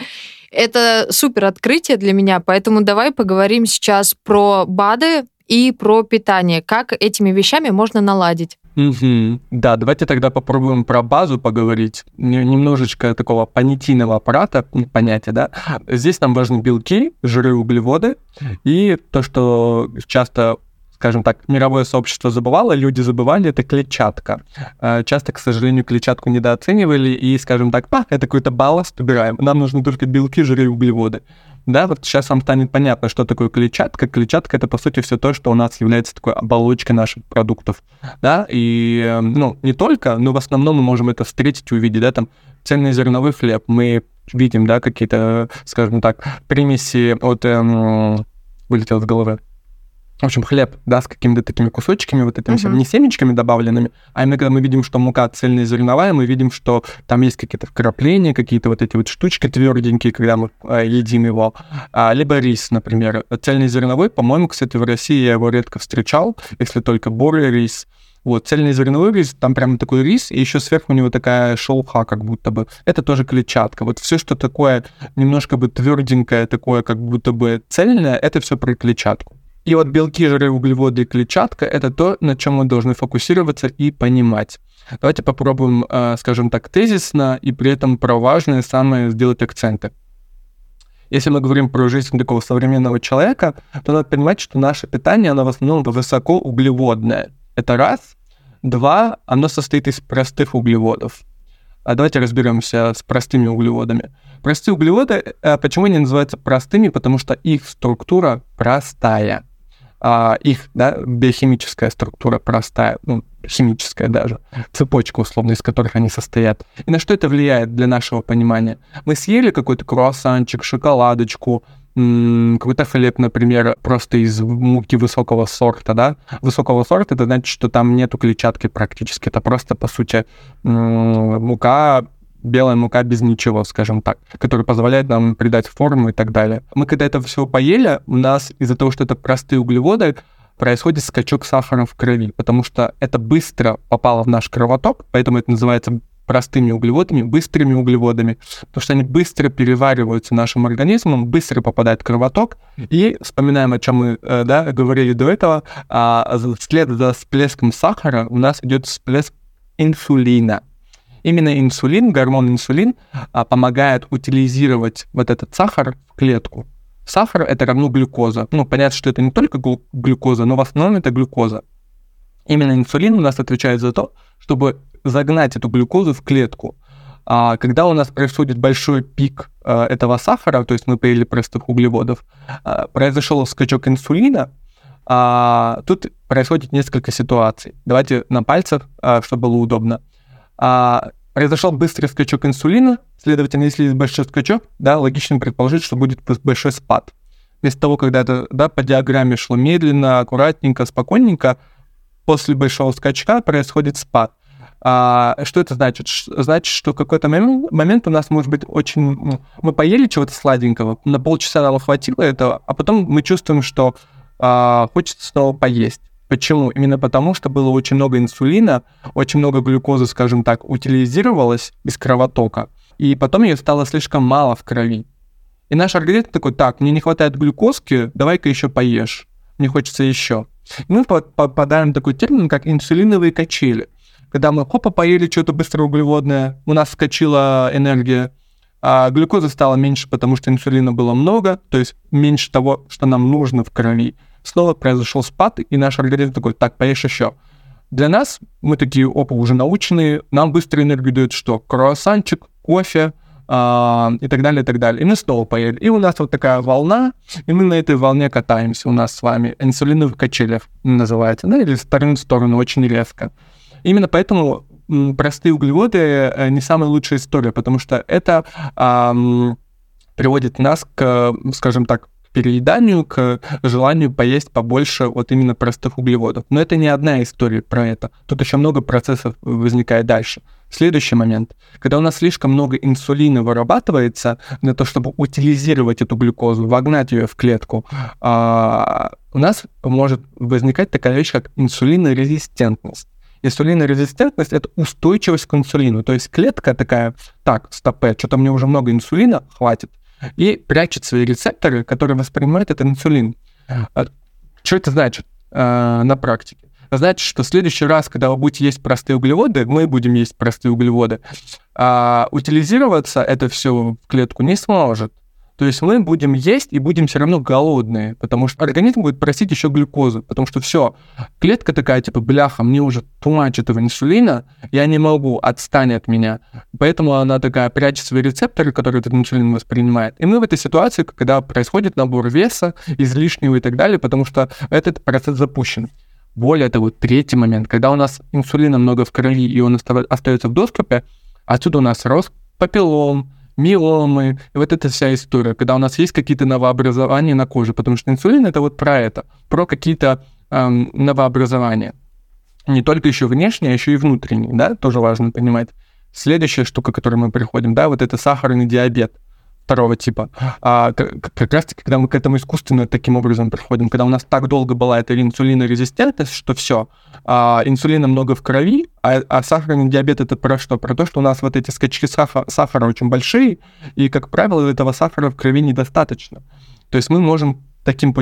D: Это супер открытие для меня, поэтому давай поговорим сейчас про БАДы и про питание. Как этими вещами можно наладить?
E: Угу. Да, давайте тогда попробуем про базу поговорить. Немножечко такого понятийного аппарата, понятия, да. Здесь нам важны белки, жиры, углеводы и то, что часто, скажем так, мировое сообщество забывало, люди забывали, это клетчатка. Часто, к сожалению, клетчатку недооценивали и, скажем так, а, это какой-то балласт, убираем. Нам нужны только белки, жиры и углеводы. Да, вот сейчас вам станет понятно, что такое клетчатка. Клетчатка — это, по сути, все то, что у нас является такой оболочкой наших продуктов. Да, и, ну, не только, но в основном мы можем это встретить и увидеть, да, там, цельнозерновой хлеб. Мы видим, да, какие-то, скажем так, примеси от... Эм, вылетел с головы. В общем, хлеб, да, с какими-то такими кусочками, вот этими uh-huh. всеми, не семечками добавленными, а именно когда мы видим, что мука цельнозерновая, мы видим, что там есть какие-то вкрапления, какие-то вот эти вот штучки тверденькие, когда мы э, едим его. А, либо рис, например. Цельнозерновой, по-моему, кстати, в России я его редко встречал, если только бурый рис. Вот, цельнозерновой рис, там прямо такой рис, и еще сверху у него такая шелуха, как будто бы. Это тоже клетчатка. Вот все, что такое немножко бы тверденькое, такое как будто бы цельное, это все про клетчатку. И вот белки, жиры, углеводы и клетчатка — это то, на чем мы должны фокусироваться и понимать. Давайте попробуем, скажем так, тезисно и при этом про важные самые сделать акценты. Если мы говорим про жизнь такого современного человека, то надо понимать, что наше питание, оно в основном высокоуглеводное. Это раз. Два, оно состоит из простых углеводов. А давайте разберемся с простыми углеводами. Простые углеводы, почему они называются простыми? Потому что их структура простая. А их, да, биохимическая структура простая, ну, химическая даже, цепочка, условно, из которых они состоят. И на что это влияет для нашего понимания? Мы съели какой-то круассанчик, шоколадочку, м- какой-то хлеб, например, просто из муки высокого сорта, да? Высокого сорта — это значит, что там нету клетчатки практически. Это просто, по сути, м- мука, белая мука без ничего, скажем так, которая позволяет нам придать форму и так далее. Мы когда это все поели, у нас из-за того, что это простые углеводы, происходит скачок сахара в крови, потому что это быстро попало в наш кровоток, поэтому это называется простыми углеводами, быстрыми углеводами, потому что они быстро перевариваются нашим организмом, быстро попадают в кровоток, и вспоминаем, о чем мы да, говорили до этого, а вслед за всплеском сахара у нас идет всплеск инсулина. Именно инсулин, гормон инсулин, а, помогает утилизировать вот этот сахар в клетку. Сахар — это равно глюкоза. Ну, понятно, что это не только глю- глюкоза, но в основном это глюкоза. Именно инсулин у нас отвечает за то, чтобы загнать эту глюкозу в клетку. А, когда у нас происходит большой пик а, этого сахара, то есть мы поели простых углеводов, а, произошел скачок инсулина, а, тут происходит несколько ситуаций. Давайте на пальцах, а, чтобы было удобно. А, произошел быстрый скачок инсулина, следовательно, если есть большой скачок, да, логично предположить, что будет большой спад. Вместо того, когда это да, по диаграмме шло медленно, аккуратненько, спокойненько, после большого скачка происходит спад. А, что это значит? Значит, что в какой-то момент, момент у нас может быть очень... Ну, мы поели чего-то сладенького, на полчаса нам хватило этого, а потом мы чувствуем, что а, хочется снова поесть. Почему? Именно потому, что было очень много инсулина, очень много глюкозы, скажем так, утилизировалось из кровотока, и потом ее стало слишком мало в крови. И наш организм такой: так, мне не хватает глюкозки, давай-ка еще поешь, мне хочется еще. И мы попадаем в такой термин, как инсулиновые качели. Когда мы хопа поели что-то быстроуглеводное, у нас вскочила энергия, а глюкозы стало меньше, потому что инсулина было много, то есть меньше того, что нам нужно в крови. Снова произошел спад, и наш организм такой: так, поешь еще. Для нас, мы такие, опа, уже научные, нам быстро энергию дают что? Круассанчик, кофе а, и так далее, и так далее. И мы снова поели. И у нас вот такая волна, и мы на этой волне катаемся у нас с вами. Инсулиновых качелях называется, да, или в сторону в сторону, очень резко. Именно поэтому м, простые углеводы э, не самая лучшая история, потому что это а, м, приводит нас к, скажем так, перееданию, к желанию поесть побольше вот именно простых углеводов. Но это не одна история про это. Тут еще много процессов возникает дальше. Следующий момент. Когда у нас слишком много инсулина вырабатывается для того, чтобы утилизировать эту глюкозу, вогнать ее в клетку, а, у нас может возникать такая вещь, как инсулинорезистентность. Инсулинорезистентность — это устойчивость к инсулину. То есть клетка такая: так, стопэ, что-то мне уже много инсулина, хватит. И прячет свои рецепторы, которые воспринимают этот инсулин. Что это значит э, на практике? Значит, что в следующий раз, когда вы будете есть простые углеводы, мы будем есть простые углеводы, а утилизироваться это все в клетку не сможет. То есть мы будем есть и будем все равно голодные, потому что организм будет просить еще глюкозы, потому что все, клетка такая, типа, бляха, мне уже too much этого инсулина, я не могу, отстань от меня. Поэтому она такая прячет свои рецепторы, которые этот инсулин воспринимает. И мы в этой ситуации, когда происходит набор веса, излишнего и так далее, потому что этот процесс запущен. Более того, третий момент, когда у нас инсулина много в крови, и он остается в доступе, отсюда у нас рост папиллом, миомы, и вот эта вся история, когда у нас есть какие-то новообразования на коже, потому что инсулин — это вот про это, про какие-то эм, новообразования. Не только еще внешние, а еще и внутренние, да, тоже важно понимать. Следующая штука, к которой мы приходим, да, вот это сахарный диабет второго типа. А, как, как раз-таки, когда мы к этому искусственно таким образом приходим, когда у нас так долго была эта инсулинорезистентность, что все, а, инсулина много в крови, а, а сахарный диабет — это про что? Про то, что у нас вот эти скачки сахара, сахара очень большие, и, как правило, этого сахара в крови недостаточно. То есть мы можем таким путем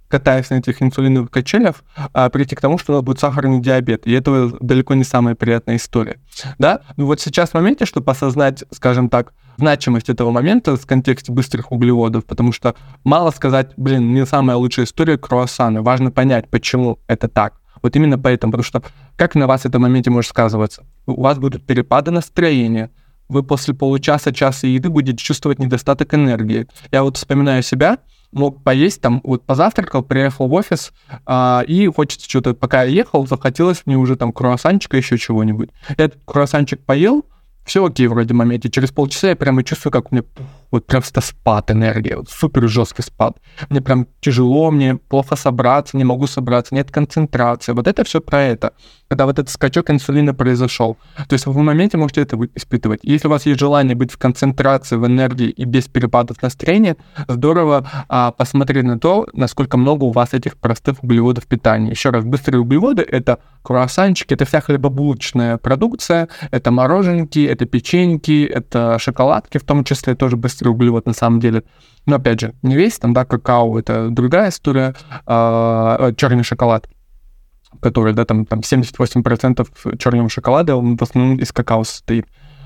E: катаясь на этих инсулиновых качелях, а, прийти к тому, что у нас будет сахарный диабет. И это далеко не самая приятная история. Да? Ну вот сейчас в моменте, чтобы осознать, скажем так, значимость этого момента в контексте быстрых углеводов, потому что мало сказать, блин, не самая лучшая история круассаны. Важно понять, почему это так. Вот именно поэтому, потому что как на вас это в моменте может сказываться? У вас будут перепады настроения, вы после получаса, часа еды будете чувствовать недостаток энергии. Я вот вспоминаю себя, мог поесть, там, вот позавтракал, приехал в офис, а, и хочется что-то, пока я ехал, захотелось мне уже там круассанчика, еще чего-нибудь. Я этот круассанчик поел, все окей вроде в моменте. Через полчаса я прямо чувствую, как у меня вот просто спад энергии, вот супер жесткий спад. Мне прям тяжело, мне плохо собраться, не могу собраться, нет концентрации. Вот это все про это. Когда вот этот скачок инсулина произошел. То есть вы в моменте можете это испытывать. Если у вас есть желание быть в концентрации, в энергии и без перепадов настроения, здорово а, посмотреть на то, насколько много у вас этих простых углеводов питания. Еще раз, быстрые углеводы — это круассанчики, это вся хлебобулочная продукция, это мороженки, это печеньки, это шоколадки, в том числе тоже быстрый углевод на самом деле. Но опять же, не весь там, да, какао — это другая история, а, черный шоколад, который, да, там, там семьдесят восемь процентов черного шоколада, он в основном из какао состоит.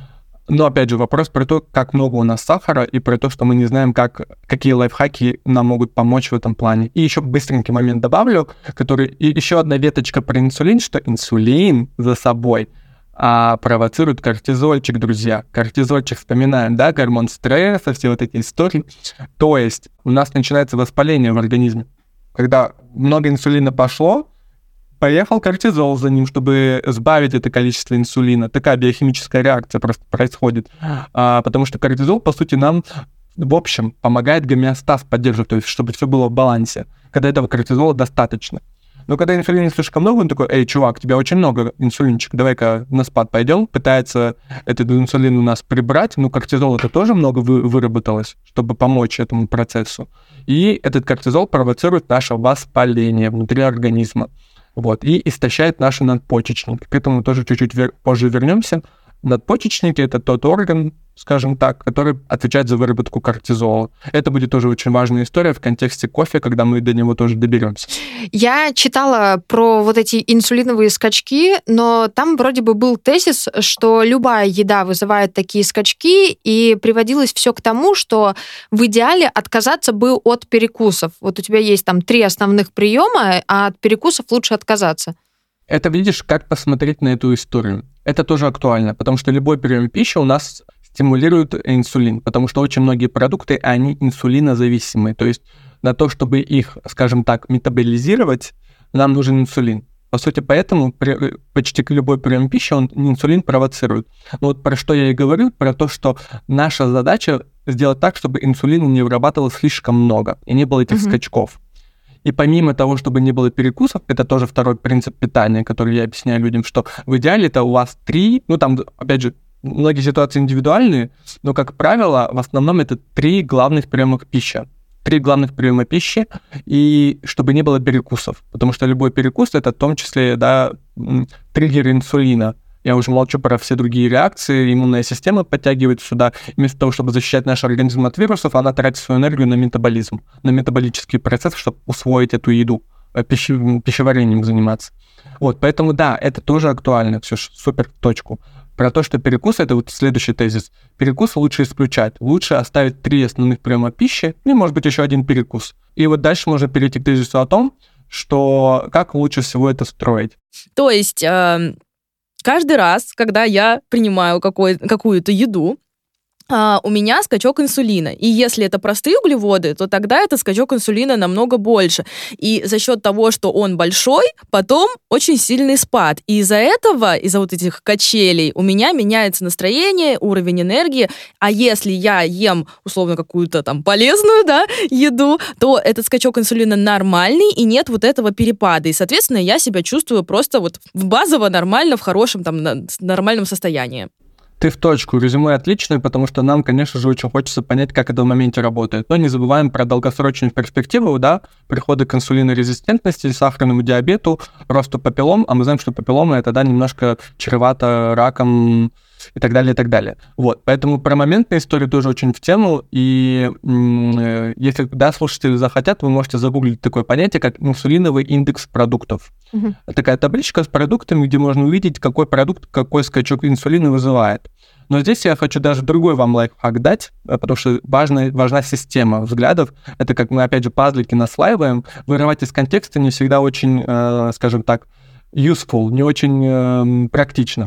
E: Но, опять же, вопрос про то, как много у нас сахара, и про то, что мы не знаем, как, какие лайфхаки нам могут помочь в этом плане. И еще быстренький момент добавлю, который... И еще одна веточка про инсулин, что инсулин за собой а, провоцирует кортизольчик, друзья. Кортизольчик, вспоминаем, да, гормон стресса, все вот эти истории. То есть у нас начинается воспаление в организме. Когда много инсулина пошло, поехал кортизол за ним, чтобы сбавить это количество инсулина. Такая биохимическая реакция просто происходит. А, потому что кортизол, по сути, нам, в общем, помогает гомеостаз поддерживать, то есть чтобы все было в балансе, когда этого кортизола достаточно. Но когда инсулина слишком много, он такой: эй, чувак, у тебя очень много инсулинчик, давай-ка на спад пойдем. Пытается этот инсулин у нас прибрать, но кортизол это тоже много вы- выработалось, чтобы помочь этому процессу. И этот кортизол провоцирует наше воспаление внутри организма. Вот, и истощает наши надпочечники. К этому тоже чуть-чуть вер- позже вернемся. Надпочечники — это тот орган, скажем так, который отвечает за выработку кортизола. Это будет тоже очень важная история в контексте кофе, когда мы до него тоже доберемся.
D: Я читала про вот эти инсулиновые скачки, но там вроде бы был тезис, что любая еда вызывает такие скачки, и приводилось все к тому, что в идеале отказаться бы от перекусов. Вот у тебя есть там три основных приема, а от перекусов лучше отказаться.
E: Это, видишь, как посмотреть на эту историю. Это тоже актуально, потому что любой прием пищи у нас стимулирует инсулин, потому что очень многие продукты, они инсулинозависимые. То есть на то, чтобы их, скажем так, метаболизировать, нам нужен инсулин. По сути, поэтому при, почти любой прием пищи, он инсулин провоцирует. Но вот про что я и говорю, про то, что наша задача сделать так, чтобы инсулина не вырабатывалось слишком много, и не было этих mm-hmm. скачков. И помимо того, чтобы не было перекусов, это тоже второй принцип питания, который я объясняю людям, что в идеале это у вас три, ну там, опять же, многие ситуации индивидуальные, но, как правило, в основном это три главных приема пищи. Три главных приема пищи, и чтобы не было перекусов, потому что любой перекус — это в том числе, да, триггер инсулина. Я уже молчу про все другие реакции, иммунная система подтягивает сюда. Вместо того, чтобы защищать наш организм от вирусов, она тратит свою энергию на метаболизм, на метаболический процесс, чтобы усвоить эту еду, пищев... пищеварением заниматься. Вот, поэтому да, это тоже актуально, Ксюш, супер в точку. Про то, что перекус — это вот следующий тезис. Перекус лучше исключать. Лучше оставить три основных приема пищи, и, может быть, еще один перекус. И вот дальше можно перейти к тезису о том, что как лучше всего это строить.
C: То есть... Э... Каждый раз, когда я принимаю какой- какую-то еду, а, у меня скачок инсулина. И если это простые углеводы, то тогда это скачок инсулина намного больше. И за счет того, что он большой, потом очень сильный спад. И из-за этого, из-за вот этих качелей, у меня меняется настроение, уровень энергии. А если я ем, условно, какую-то там полезную, да, еду, то этот скачок инсулина нормальный, и нет вот этого перепада. И, соответственно, я себя чувствую просто вот базово нормально, в хорошем, там, нормальном состоянии.
E: Ты в точку. Резюме отличное, потому что нам, конечно же, очень хочется понять, как это в моменте работает. Но не забываем про долгосрочную перспективу, да, прихода к инсулинорезистентности, сахарному диабету, росту папиллом. А мы знаем, что папиллома — это, да, немножко чревато раком и так далее, и так далее. Вот, поэтому про моментные истории тоже очень в тему, и м- если, да, слушатели захотят, вы можете загуглить такое понятие, как инсулиновый индекс продуктов.
D: Мгм.
E: Такая табличка с продуктами, где можно увидеть, какой продукт, какой скачок инсулина вызывает. Но здесь я хочу даже другой вам лайфхак дать, потому что важна, важна система взглядов. Это как мы, опять же, пазлики наслаиваем. Вырывать из контекста не всегда очень, э, скажем так, useful, не очень э, практично.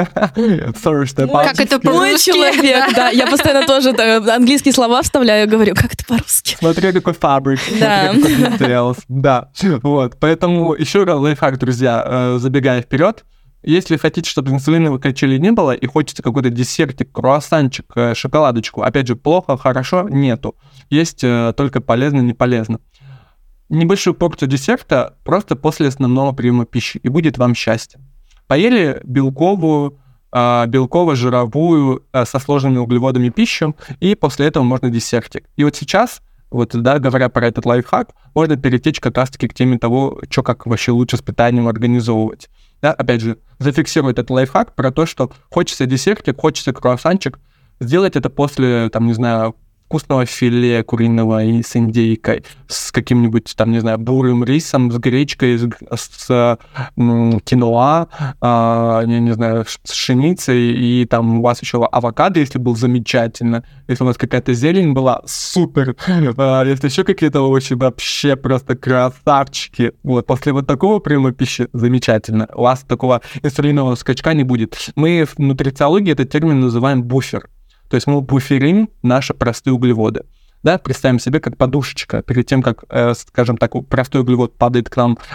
E: Sorry, что я
D: Как
E: паузу
D: это
E: сделал.
C: Мой
D: по-русски,
C: человек,
D: да.
C: да. Я постоянно тоже да, английские слова вставляю, говорю, как это по-русски.
E: Смотри, какой фабрик,
C: Да.
E: смотри, какой details. Да, вот. Поэтому еще раз лайфхак, друзья, э, забегая вперед, если хотите, чтобы инсулиновых качелей не было, и хочется какой-то десертик, круассанчик, э, шоколадочку, опять же, плохо, хорошо, нету. Есть э, только полезно, не полезно. Небольшую порцию десерта просто после основного приема пищи, и будет вам счастье. Поели белковую, э, белково-жировую э, со сложными углеводами пищу, и после этого можно десертик. И вот сейчас, вот, да, говоря про этот лайфхак, можно перетечь как раз-таки к теме того, что как вообще лучше с питанием организовывать. Да, опять же, зафиксировать этот лайфхак про то, что хочется десертик, хочется круассанчик, сделать это после, там, не знаю, вкусного филе куриного и с индейкой, с каким-нибудь, там, не знаю, бурым рисом, с гречкой, с, с м, киноа, а, я не знаю, с пшеницей, и там у вас еще авокадо, если был, замечательно. Если у вас какая-то зелень была, супер. А, если еще какие-то овощи, вообще просто красавчики. Вот, после вот такого приема пищи замечательно. У вас такого инсулинового скачка не будет. Мы в нутрициологии этот термин называем буфер. То есть мы буферим наши простые углеводы. Да, представим себе как подушечка. Перед тем, как, э, скажем так, простой углевод падает к нам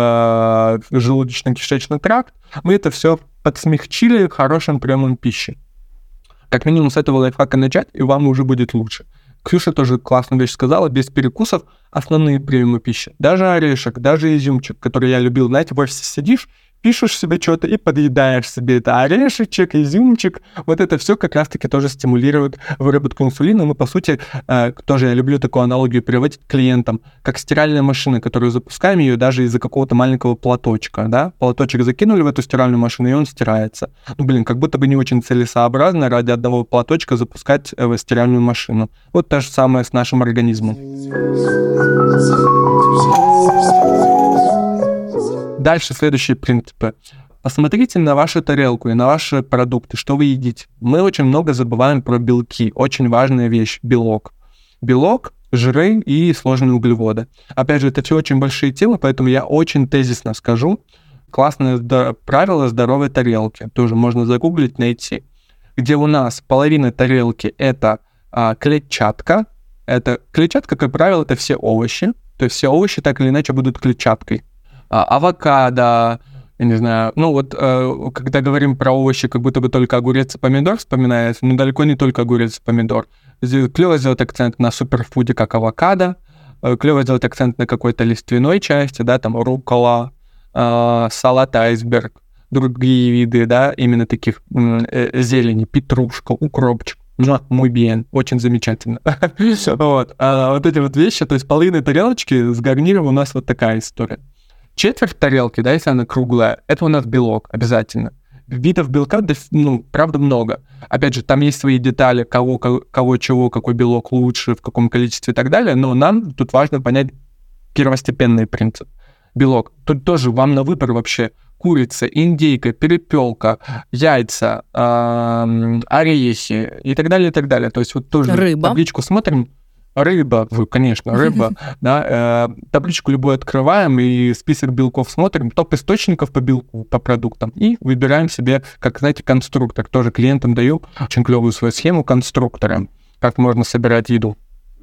E: в э, желудочно-кишечный тракт, мы это все подсмягчили хорошим приемом пищи. Как минимум с этого лайфхака начать, и вам уже будет лучше. Ксюша тоже классную вещь сказала, без перекусов основные приемы пищи. Даже орешек, даже изюмчик, который я любил, знаете, в офисе сидишь, пишешь себе что-то и подъедаешь себе это орешечек, изюмчик. Вот это все как раз-таки тоже стимулирует выработку инсулина. Мы, по сути, э, тоже я люблю такую аналогию приводить клиентам, как стиральная машина, которую запускаем ее даже из-за какого-то маленького платочка, да? Платочек закинули в эту стиральную машину, и он стирается. Ну, блин, как будто бы не очень целесообразно ради одного платочка запускать э, в стиральную машину. Вот то же самое с нашим организмом. Дальше следующие принципы. Посмотрите на вашу тарелку и на ваши продукты, что вы едите. Мы очень много забываем про белки. Очень важная вещь – белок. Белок, жиры и сложные углеводы. Опять же, это все очень большие темы, поэтому я очень тезисно скажу. Классное здор- правило здоровой тарелки. Тоже можно загуглить, найти. Где у нас половина тарелки – это а, клетчатка. Это, клетчатка, как правило, это все овощи. То есть все овощи так или иначе будут клетчаткой. Авокадо, я не знаю, ну вот, э, когда говорим про овощи, как будто бы только огурец и помидор вспоминается, но далеко не только огурец и помидор. Клево сделать акцент на суперфуде, как авокадо, клево сделать акцент на какой-то лиственной части, да, там руккола, э, салат айсберг, другие виды, да, именно таких э, зелени, петрушка, укропчик. Muy bien, очень замечательно. вот. А вот эти вот вещи, то есть половина тарелочки с гарниром у нас вот такая история. Четверть тарелки, да, если она круглая, это у нас белок обязательно. Видов белка, ну, правда, много. Опять же, там есть свои детали, кого, кого, чего, какой белок лучше, в каком количестве и так далее, но нам тут важно понять первостепенный принцип. Белок. Тут тоже вам на выбор вообще курица, индейка, перепелка, яйца, э, орехи и так далее, и так далее. То есть вот тоже
C: Рыба.
E: табличку смотрим. Рыба, конечно, рыба, да, э, табличку любую открываем и список белков смотрим, топ источников по белку, по продуктам, и выбираем себе, как, знаете, конструктор. Тоже клиентам даю очень клевую свою схему конструктора, как можно собирать еду.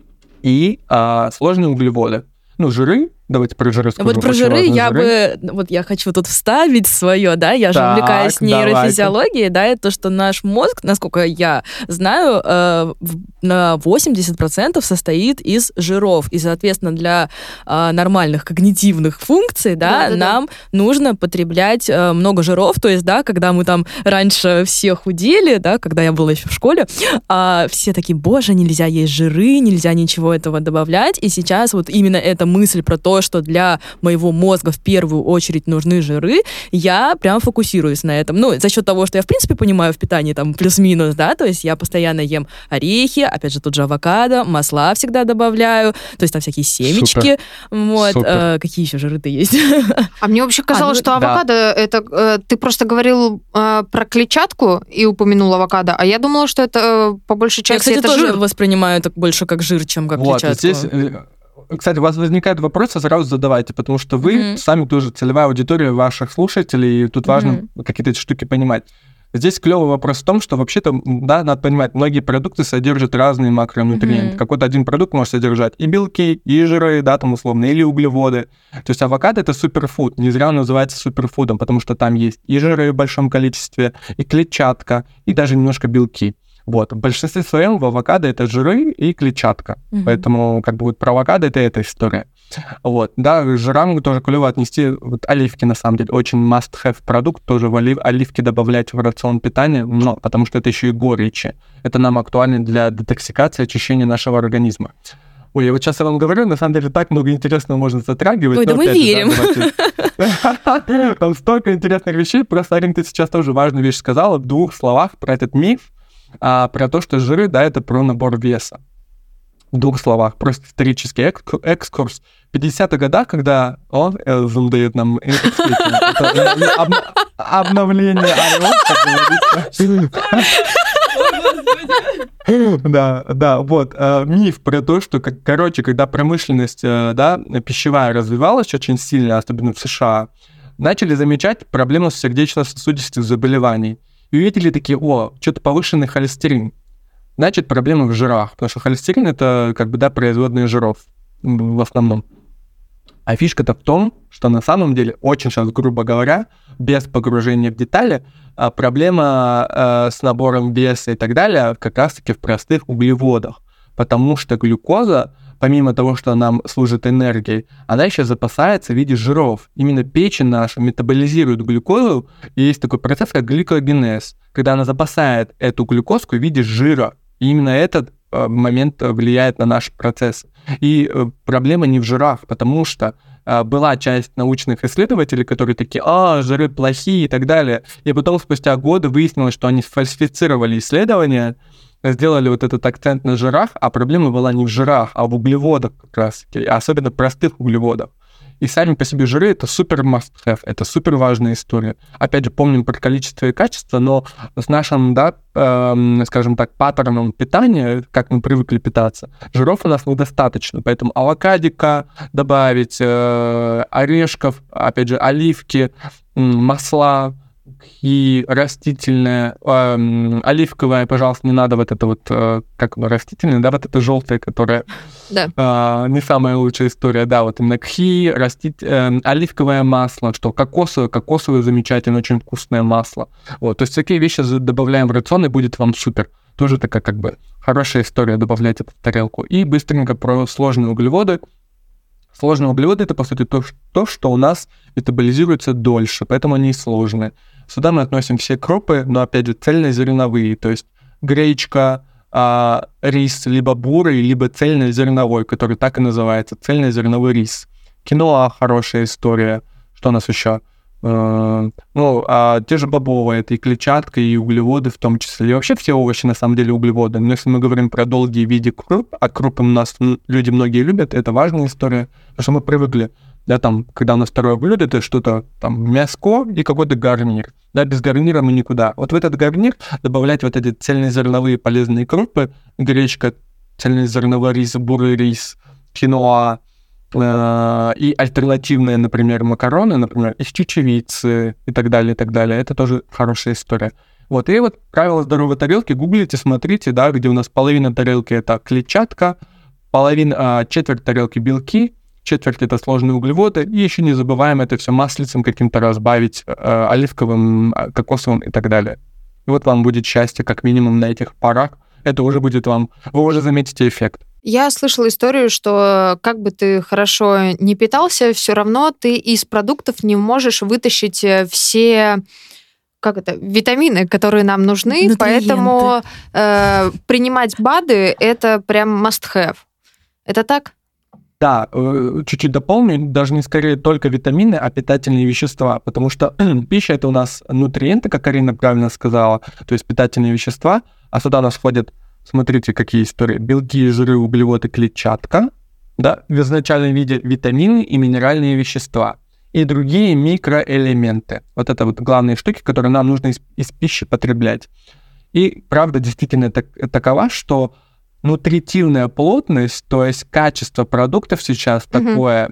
E: И э, сложные углеводы. Ну, жиры, давайте про жиры скажу.
C: Вот про жиры я жиры. бы, вот я хочу тут вставить свое, да, я же
E: так,
C: увлекаюсь нейрофизиологией, да, это то, что наш мозг, насколько я знаю, э, на восемьдесят процентов состоит из жиров, и, соответственно, для э, нормальных когнитивных функций, да, да, да нам да. нужно потреблять э, много жиров, то есть, да, когда мы там раньше все худели, да, когда я была еще в школе, э, все такие, боже, нельзя есть жиры, нельзя ничего этого добавлять, и сейчас вот именно эта мысль про то, то, что для моего мозга в первую очередь нужны жиры, я прям фокусируюсь на этом. Ну, за счет того, что я, в принципе, понимаю в питании там плюс-минус, да, то есть я постоянно ем орехи, опять же, тут же авокадо, масла всегда добавляю, то есть там всякие семечки. Вот. Э, какие еще жиры-то есть?
D: А мне вообще казалось,
C: А, ну,
D: что авокадо, да. это... Э, ты просто говорил э, про клетчатку и упомянул авокадо, а я думала, что это э, по большей части
C: я, кстати,
D: это
C: тоже
D: жир.
C: воспринимаю это больше как жир, чем как
E: вот,
C: клетчатку.
E: Здесь, кстати, у вас возникает вопрос, сразу задавайте, потому что вы
C: Mm-hmm.
E: сами тоже целевая аудитория ваших слушателей, и тут важно mm-hmm. какие-то эти штуки понимать. Здесь клевый вопрос в том, что вообще-то, да, надо понимать, многие продукты содержат разные макронутриенты. Mm-hmm. Какой-то один продукт может содержать и белки, и жиры, да, там условно, или углеводы. То есть авокадо — это суперфуд, не зря он называется суперфудом, потому что там есть и жиры в большом количестве, и клетчатка, и даже немножко белки. Вот. В большинстве своем в авокадо это жиры и клетчатка. Mm-hmm. Поэтому как бы вот про авокадо это эта история. Вот. Да, к жирам тоже клево отнести вот оливки, на самом деле. Очень must-have продукт, тоже в олив... оливки добавлять в рацион питания, но потому что это еще и горечи. Это нам актуально для детоксикации, очищения нашего организма. Ой, я вот сейчас я вам говорю, на самом деле так много интересного можно затрагивать.
C: Ой, да мы верим.
E: Там столько интересных вещей. Просто, Арина, ты сейчас тоже важную вещь сказала в двух словах про этот миф, а, про то, что жиры, да, это про набор веса. В двух словах, просто исторический экскурс. В пятидесятых годах, когда он э, дает нам об, обновление Орион, да, да, вот, э, миф про то, что, как, короче, когда промышленность, э, да, пищевая развивалась очень сильно, особенно в США, начали замечать проблему сердечно-сосудистых заболеваний. И увидели такие, о, что-то повышенный холестерин. Значит, проблема в жирах, потому что холестерин — это, как бы, да, производные жиров в основном. А фишка-то в том, что на самом деле, очень сейчас, грубо говоря, без погружения в детали, проблема э, с набором веса и так далее как раз-таки в простых углеводах. Потому что глюкоза, помимо того, что нам служит энергией, она еще запасается в виде жиров. Именно печень наша метаболизирует глюкозу, и есть такой процесс, как гликогенез, когда она запасает эту глюкозку в виде жира. И именно этот э, момент влияет на наш процесс. И э, проблема не в жирах, потому что э, была часть научных исследователей, которые такие, а, жиры плохие и так далее. И потом спустя годы выяснилось, что они сфальсифицировали исследования, сделали вот этот акцент на жирах, а проблема была не в жирах, а в углеводах как раз-таки, особенно простых углеводах. И сами по себе жиры — это супер must-have, это супер важная история. Опять же, помним про количество и качество, но с нашим, да, э, скажем так, паттерном питания, как мы привыкли питаться, жиров у нас недостаточно, поэтому авокадика добавить, э, орешков, опять же, оливки, э, масла, и растительное, э, оливковое, пожалуйста, не надо вот это вот, э, как оно, растительное, да, вот это желтое, которое
D: да.
E: э, не самая лучшая история, да, вот именно кхи, растит, э, оливковое масло, что кокосовое, кокосовое замечательное, очень вкусное масло. Вот, то есть такие вещи добавляем в рацион, и будет вам супер. Тоже такая как бы хорошая история добавлять это в тарелку. И быстренько про сложные углеводы. Сложные углеводы — это, по сути, то, то, что у нас метаболизируется дольше, поэтому они сложные. Сюда мы относим все крупы, но, опять же, цельнозерновые, то есть гречка, а, рис, либо бурый, либо цельнозерновой, который так и называется, цельнозерновой рис. Киноа — хорошая история. Что у нас еще? Uh, ну, а те же бобовые, это и клетчатка, и углеводы в том числе. И вообще все овощи, на самом деле, углеводы. Но если мы говорим про долгие виды круп, а крупы у нас люди многие любят, это важная история, потому что мы привыкли, да, там, когда у нас второе блюдо, это что-то, там, мяско и какой-то гарнир. Да, без гарнира мы никуда. Вот в этот гарнир добавлять вот эти цельнозерновые полезные крупы, гречка, цельнозерновой рис, бурый рис, киноа, и альтернативные, например, макароны, например, из чечевицы и так далее, и так далее. Это тоже хорошая история. Вот, и вот правила здоровой тарелки, гуглите, смотрите, да, где у нас половина тарелки — это клетчатка, половина, четверть тарелки — белки, четверть — это сложные углеводы, и еще не забываем это все маслицем каким-то разбавить, э, оливковым, кокосовым и так далее. И вот вам будет счастье как минимум на этих парах. Это уже будет вам, вы уже заметите эффект.
D: Я слышала историю, что как бы ты хорошо не питался, все равно ты из продуктов не можешь вытащить все, как это, витамины, которые нам нужны,
C: Нутриенты.
E: да, э, чуть-чуть дополню, даже не скорее только витамины, а питательные вещества, потому что пища — это у нас нутриенты, как Арина правильно сказала, то есть питательные вещества, а сюда у нас входят, смотрите, какие истории, белки, жиры, углеводы, клетчатка, да, в изначальном виде витамины и минеральные вещества, и другие микроэлементы. Вот это вот главные штуки, которые нам нужно из, из пищи потреблять. И правда действительно так, такова, что нутритивная плотность, то есть качество продуктов сейчас mm-hmm. такое...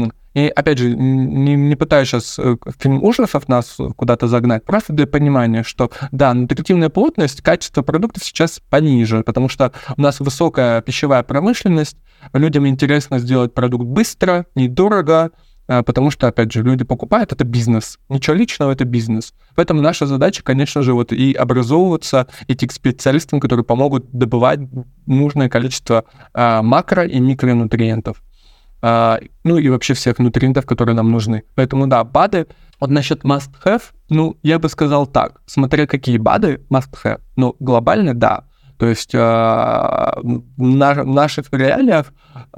E: И опять же, не, не пытаюсь сейчас фильм ужасов нас куда-то загнать, просто для понимания, что да, нутритивная плотность, качество продуктов сейчас пониже, потому что у нас высокая пищевая промышленность, людям интересно сделать продукт быстро, недорого, потому что, опять же, люди покупают, это бизнес. Ничего личного, это бизнес. Поэтому наша задача, конечно же, вот и образовываться, идти к специалистам, которые помогут добывать нужное количество а, макро- и микронутриентов. А, ну и вообще всех нутриентов, которые нам нужны. Поэтому, да, БАДы. Вот насчет must-have, ну, я бы сказал так, смотря какие БАДы must-have, ну, глобально, да. То есть а, в, на, в наших реалиях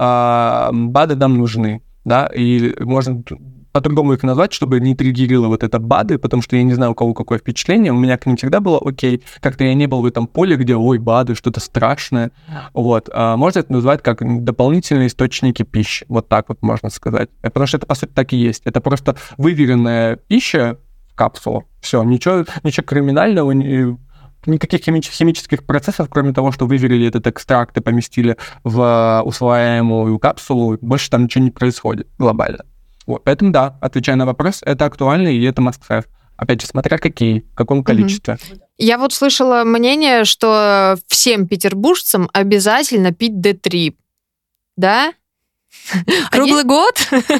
E: а, БАДы нам нужны. Да, и можно по-другому их назвать, чтобы не триггерило вот это БАДы, потому что я не знаю, у кого какое впечатление, у меня к ним всегда было окей, как-то я не был в этом поле, где, ой, БАДы, что-то страшное, вот, а можно это назвать как дополнительные источники пищи, вот так вот можно сказать, потому что это, по сути, так и есть, это просто выверенная пища в капсулу, все, ничего, ничего криминального, не... Никаких хими- химических процессов, кроме того, что выверили этот экстракт и поместили в усвояемую капсулу, больше там ничего не происходит глобально. Вот. Поэтому да, отвечая на вопрос, это актуально и это must-have. Опять же, смотря какие, в каком количестве.
D: Я вот слышала мнение, что всем петербуржцам обязательно пить дэ три. Да? Круглый
C: Они...
D: год?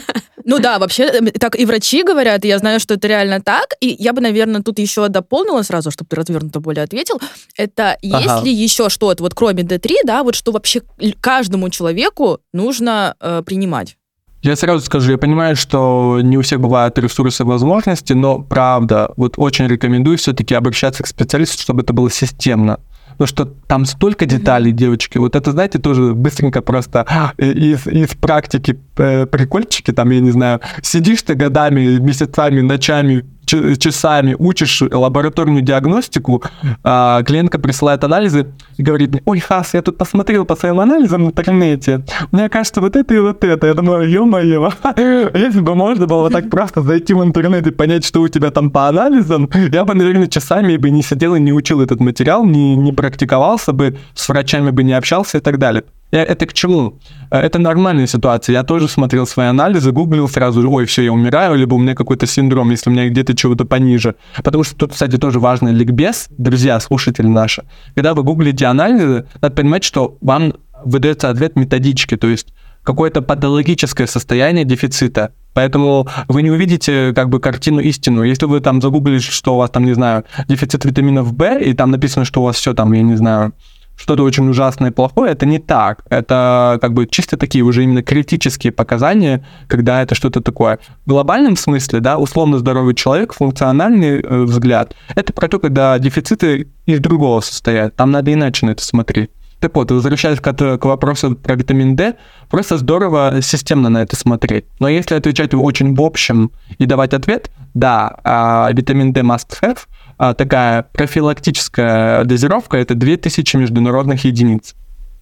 C: Ну да, вообще, так и врачи говорят, и я знаю, что это реально так. И я бы, наверное, тут еще дополнила сразу, чтобы ты развернуто более ответил. Это ага. есть ли еще что-то, вот кроме дэ три, да, вот что вообще каждому человеку нужно э, принимать?
E: Я сразу скажу, я понимаю, что не у всех бывают ресурсы и возможности, но правда, вот очень рекомендую все-таки обращаться к специалисту, чтобы это было системно. Потому что там столько деталей, mm-hmm. девочки. Вот это, знаете, тоже быстренько просто из, из практики э, прикольчики, там, я не знаю, сидишь ты годами, месяцами, ночами, ч- часами, учишь лабораторную диагностику, а клиентка присылает анализы и говорит мне, ой, Хас, я тут посмотрел по своим анализам в интернете, мне кажется, вот это и вот это. Я думаю, ё-моё, если бы можно было вот так просто зайти в интернет и понять, что у тебя там по анализам, я бы, наверное, часами бы не сидел и не учил этот материал, не, не практиковался бы, с врачами бы не общался и так далее. Это к чему? Это нормальная ситуация. Я тоже смотрел свои анализы, гуглил сразу, ой, все, я умираю, либо у меня какой-то синдром, если у меня где-то чего-то пониже. Потому что тут, кстати, тоже важный ликбез, друзья, слушатели наши. Когда вы гуглите анализы, надо понимать, что вам выдается ответ методички, то есть какое-то патологическое состояние дефицита. Поэтому вы не увидите как бы картину истину. Если вы там загуглите, что у вас там, не знаю, дефицит витаминов В, и там написано, что у вас все там, я не знаю, что-то очень ужасное и плохое, это не так. Это как бы чисто такие уже именно критические показания, когда это что-то такое. В глобальном смысле, да, условно здоровый человек, функциональный э, взгляд, это про то, когда дефициты из другого состоят. Там надо иначе на это смотреть. Так вот, возвращаясь к, к вопросу про витамин D, просто здорово системно на это смотреть. Но если отвечать очень в общем и давать ответ, да, а, витамин D must have, а, такая профилактическая дозировка, это две тысячи международных единиц.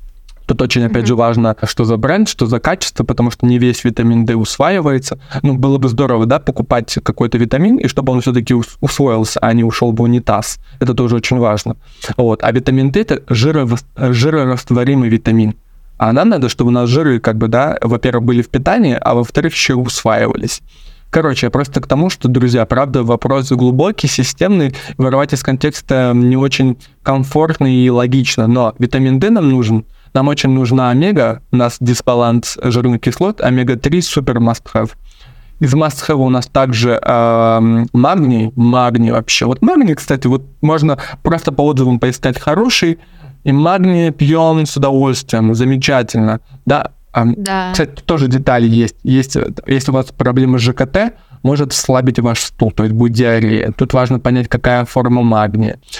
E: Тут очень, опять mm-hmm. же, важно, что за бренд, что за качество, потому что не весь витамин D усваивается. Ну, было бы здорово, да, покупать какой-то витамин, и чтобы он все-таки усвоился, а не ушел в унитаз. Это тоже очень важно. Вот. А витамин D — это жирорас... жирорастворимый витамин. А нам надо, чтобы у нас жиры, как бы, да, во-первых, были в питании, а во-вторых, еще усваивались. Короче, я просто к тому, что, друзья, правда, вопрос глубокий, системный, вырывать из контекста не очень комфортно и логично, но витамин D нам нужен. Нам очень нужна омега, у нас дисбаланс жирных кислот, омега три супер must-have. Из must-have у нас также э, магний, магний вообще. Вот магний, кстати, вот можно просто по отзывам поискать хороший, и магний пьем с удовольствием, замечательно, да.
D: Да.
E: Кстати, тоже детали есть. есть. Если у вас проблемы с ЖКТ, может слабить ваш стул, то есть будет диарея. Тут важно понять, какая форма магния.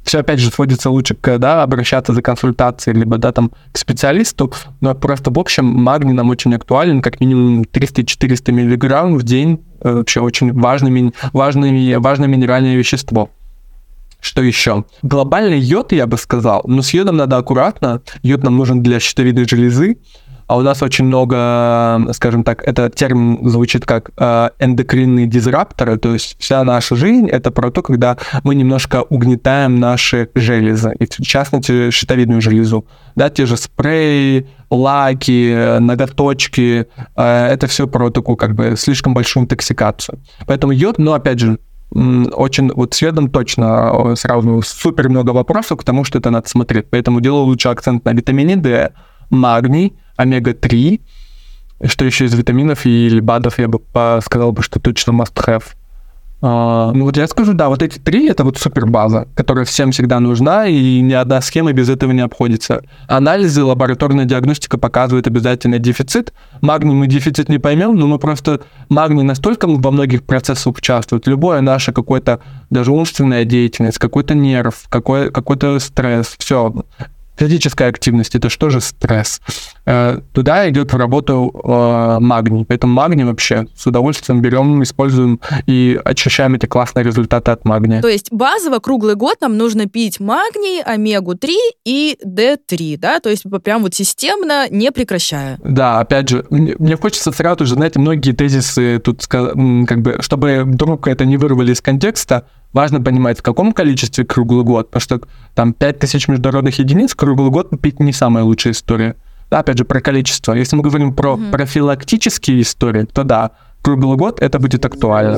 E: все, опять же, сводится лучше к, да, обращаться за консультацией, либо, да, там, к специалисту, но просто, в общем, магний нам очень актуален, как минимум триста-четыреста миллиграмм в день, вообще очень важное, важное, важное минеральное вещество. Что еще? Глобальный йод, я бы сказал, но с йодом надо аккуратно, йод нам нужен для щитовидной железы, а у нас очень много, скажем так, этот термин звучит как э, эндокринные дизрапторы, то есть вся наша жизнь — это про то, когда мы немножко угнетаем наши железы, и в частности щитовидную железу. Да, те же спреи, лаки, ноготочки, э, это все про такую как бы слишком большую интоксикацию. Поэтому йод, ну опять же, очень, вот с йодом точно сразу супер много вопросов к тому, что это надо смотреть. Поэтому делаю лучше акцент на витамине D, магний, омега три, что еще из витаминов и БАДов я бы сказал, бы, что точно must have. Uh, ну вот я скажу, да, вот эти три — это вот супер база, которая всем всегда нужна, и ни одна схема без этого не обходится. Анализы, лабораторная диагностика показывает обязательно дефицит. Магний мы дефицит не поймем, но мы просто... Магний настолько во многих процессах участвует. Любое наше какое-то, даже умственная деятельность, какой-то нерв, какой, какой-то стресс, все. Физическая активность — это что же стресс? Э, туда идет в работу э, магний. Поэтому магний вообще с удовольствием берем, используем и ощущаем эти классные результаты от магния.
C: То есть базово круглый год нам нужно пить магний, омегу три и дэ три, да? То есть прям вот системно, не прекращая.
E: Да, опять же, мне, мне хочется сразу же, знаете, многие тезисы тут, как бы, чтобы вдруг это не вырвали из контекста, важно понимать, в каком количестве круглый год, потому что там пять тысяч международных единиц круглый год пить не самая лучшая история. Да, опять же, про количество. Если мы говорим про mm-hmm. профилактические истории, то да, круглый год это будет актуально.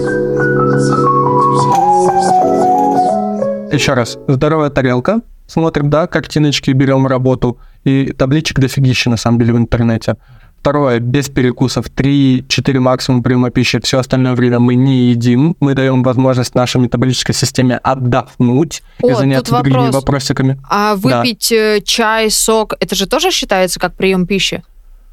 E: Еще раз, здоровая тарелка. Смотрим, да, картиночки, берем работу. И табличек дофигища, на самом деле, в интернете. Второе, без перекусов, три-четыре максимум приема пищи, все остальное время мы не едим, мы даем возможность нашей метаболической системе отдохнуть
D: О,
E: и заняться
D: тут
E: другими
D: вопрос.
E: вопросиками.
D: А выпить да. чай, сок, это же тоже считается как прием пищи?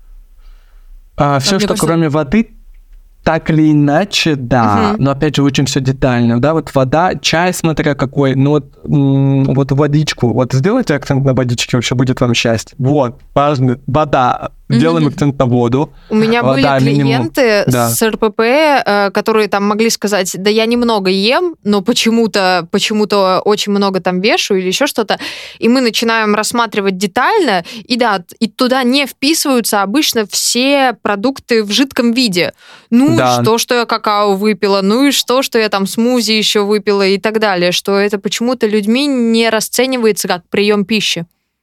E: А, все,
C: а,
E: что
C: кажется...
E: кроме воды, так или иначе, да, угу. но опять же очень все детально, да, вот вода, чай, смотря какой, ну вот, м- вот водичку, вот сделайте акцент на водичке, вообще будет вам счастье. Вот, важно, вода. Делаем акцент на воду.
D: У меня были
E: да,
D: клиенты
E: минимум. Да.
D: с эр пэ пэ, которые там могли сказать, да я немного ем, но почему-то, почему-то очень много там вешу или еще что-то. И мы начинаем рассматривать детально, и да, и туда не вписываются обычно все продукты в жидком виде. Ну
E: да.
D: и что, что я какао выпила, ну и что, что я там смузи еще выпила и так далее, что это почему-то людьми не расценивается как прием пищи.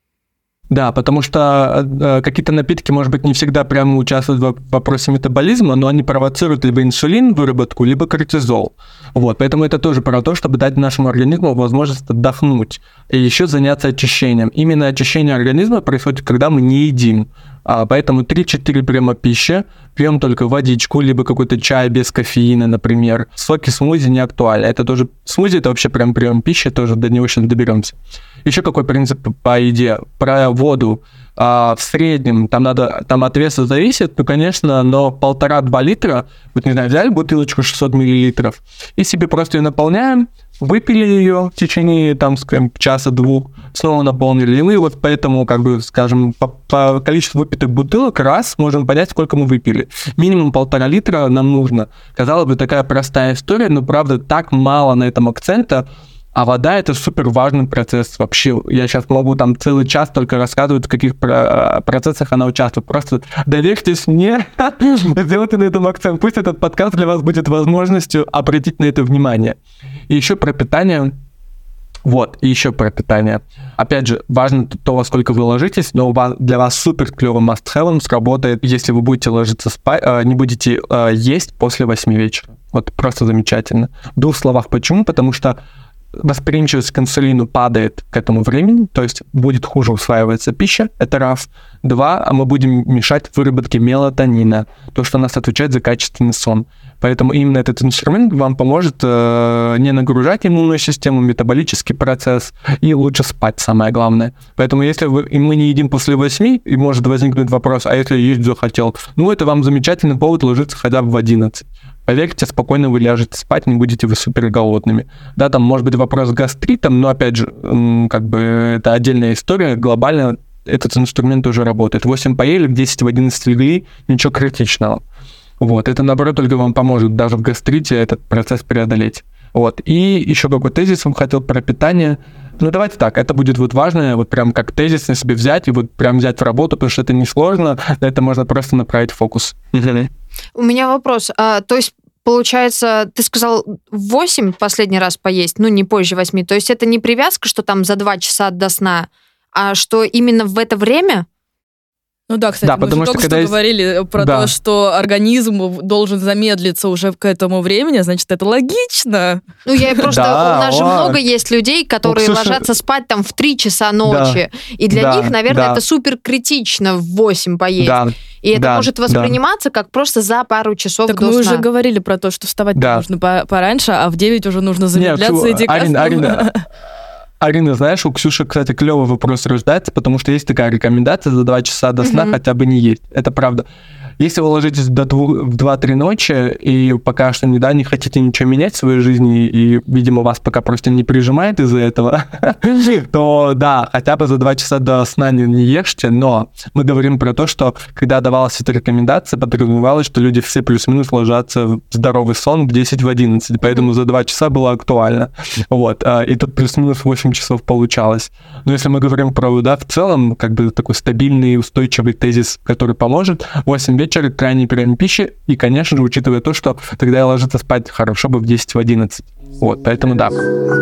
E: Да, потому что э, какие-то напитки, может быть, не всегда прямо участвуют в вопросе метаболизма, но они провоцируют либо инсулин выработку, либо кортизол. Вот, поэтому это тоже про то, чтобы дать нашему организму возможность отдохнуть и еще заняться очищением. Именно очищение организма происходит, когда мы не едим. А, поэтому три-четыре приема пищи, пьем только водичку, либо какой-то чай без кофеина, например. Соки, смузи не актуальны. Это тоже смузи, это вообще прям прием пищи, тоже до него сейчас доберемся. Еще какой принцип по еде? Про воду. А, в среднем, там надо, там от веса зависит, ну, конечно, но полтора-два литра, вот, не знаю, взяли бутылочку шестьсот миллилитров и себе просто ее наполняем, выпили ее в течение, там, скажем, часа-двух, снова наполнили, и мы вот поэтому, как бы, скажем, по, по количеству выпитых бутылок раз можем понять, сколько мы выпили. Минимум полтора литра нам нужно. Казалось бы, такая простая история, но, правда, так мало на этом акцента. А вода — это супер важный процесс вообще. Я сейчас могу там целый час только рассказывать, в каких процессах она участвует. Просто доверьтесь мне, сделайте на этом акцент. Пусть этот подкаст для вас будет возможностью обратить на это внимание. И еще про питание. Вот, и еще про питание. Опять же, важно то, во сколько вы ложитесь, но для вас супер клевым must-have сработает, если вы будете ложиться спать, не будете есть после восьми вечера. Вот просто замечательно. В двух словах почему? Потому что восприимчивость к инсулину падает к этому времени, то есть будет хуже усваиваться пища, это раз. Два, а мы будем мешать выработке мелатонина, то, что у нас отвечает за качественный сон. Поэтому именно этот инструмент вам поможет э, не нагружать иммунную систему, метаболический процесс и лучше спать, самое главное. Поэтому если вы, и мы не едим после восьми, и может возникнуть вопрос, а если есть захотел, ну это вам замечательный повод ложиться хотя бы в одиннадцать. поверьте, спокойно вы ляжете спать, не будете вы супер голодными. Да, там может быть вопрос с гастритом, но, опять же, как бы это отдельная история, глобально этот инструмент уже работает. восемь поели, в десять в одиннадцать легли, ничего критичного. Вот, это, наоборот, только вам поможет даже в гастрите этот процесс преодолеть. Вот, и еще какой тезис вам хотел про питание. Ну, давайте так, это будет вот важно, вот прям как тезис на себе взять и вот прям взять в работу, потому что это несложно, на это можно просто направить фокус.
D: У меня вопрос. А, то есть, получается, ты сказал восемь последний раз поесть, ну, не позже восьми. То есть это не привязка, что там за два часа до сна, а что именно в это время?
C: Ну да, кстати,
E: да,
C: мы же только что
E: есть...
C: говорили про да. то, что организм должен замедлиться уже к этому времени, значит, это логично.
D: Ну, я просто...
E: да,
D: у нас
E: о.
D: же много есть людей, которые
E: ну, Ксюша...
D: ложатся спать там в три часа ночи, да. и для да, них, наверное, да. это супер критично в восемь поесть. Да. И это да, может восприниматься да. как просто за пару часов
C: так
D: до
C: мы
D: сна.
C: уже говорили про то, что вставать
E: да.
C: нужно пораньше, а в девять уже нужно замедляться.
E: Нет,
C: иди
E: Арина, Арина, Арина, знаешь, у Ксюши, кстати, клевый вопрос рождается, потому что есть такая рекомендация за два часа до сна mm-hmm. хотя бы не есть. Это правда. Если вы ложитесь до двух, в два-три ночи и пока что не, да, не хотите ничего менять в своей жизни, и, видимо, вас пока просто не прижимает из-за этого, то да, хотя бы за два часа до сна не, не ешьте, но мы говорим про то, что когда давалась эта рекомендация, подразумевалось, что люди все плюс-минус ложатся в здоровый сон в десять в одиннадцать, поэтому за два часа было актуально. Вот, и тут плюс-минус восемь часов получалось. Но если мы говорим про, да, в целом, как бы такой стабильный, устойчивый тезис, который поможет, восемь вечера крайний прием пищи, и, конечно же, учитывая то, что тогда я ложиться спать хорошо бы в десять в одиннадцать. Вот, поэтому да.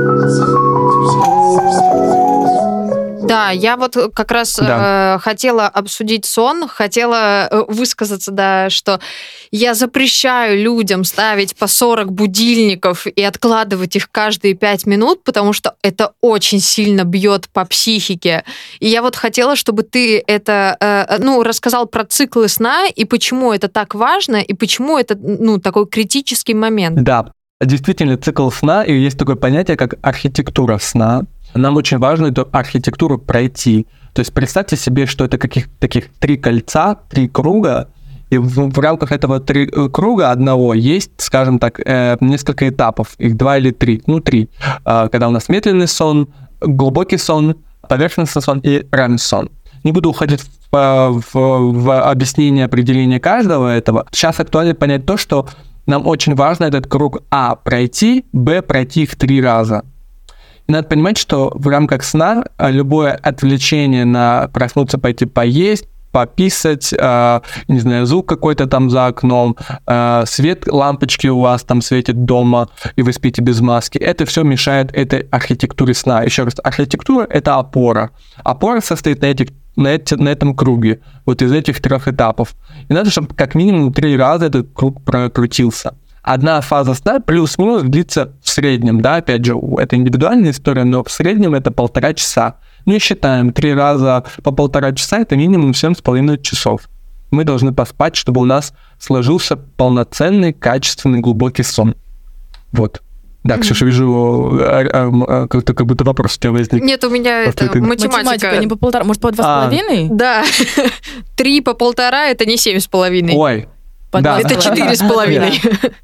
D: Да, я вот как раз
E: да.
D: э, хотела обсудить сон, хотела высказаться, да, что я запрещаю людям ставить по сорок будильников и откладывать их каждые пять минут, потому что это очень сильно бьет по психике. И я вот хотела, чтобы ты это, э, ну, рассказал про циклы сна и почему это так важно, и почему это, ну, такой критический момент.
E: Да, действительно, цикл сна, и есть такое понятие, как архитектура сна. Нам очень важно эту архитектуру пройти. То есть представьте себе, что это каких таких три кольца, три круга, и в, в рамках этого три круга одного есть, скажем так, э, несколько этапов, их два или три, ну три. Э, когда у нас медленный сон, глубокий сон, поверхностный сон и рэм сон. Не буду уходить в, в, в объяснение определения каждого этого. Сейчас актуально понять то, что нам очень важно этот круг А пройти, Б пройти их три раза. И надо понимать, что в рамках сна любое отвлечение на проснуться, пойти поесть, пописать, э, не знаю, звук какой-то там за окном, э, свет лампочки у вас там светит дома, и вы спите без маски, это все мешает этой архитектуре сна. Еще раз, архитектура — это опора. Опора состоит на, этих, на, эти, на этом круге, вот из этих трех этапов. И надо, чтобы как минимум три раза этот круг прокрутился. Одна фаза сна плюс-минус длится в среднем, да, опять же, это индивидуальная история, но в среднем это полтора часа. Ну и считаем, три раза по полтора часа, это минимум семь с половиной часов. Мы должны поспать, чтобы у нас сложился полноценный, качественный, глубокий сон. Вот. Да, Ксюша, вижу, как-то как будто вопрос у тебя возник.
D: Нет, у меня это математика.
C: Математика не по полтора, может, по два с половиной?
D: Да, три по полтора, это не семь с половиной.
E: Ой.
C: Да.
D: Это четыре с половиной.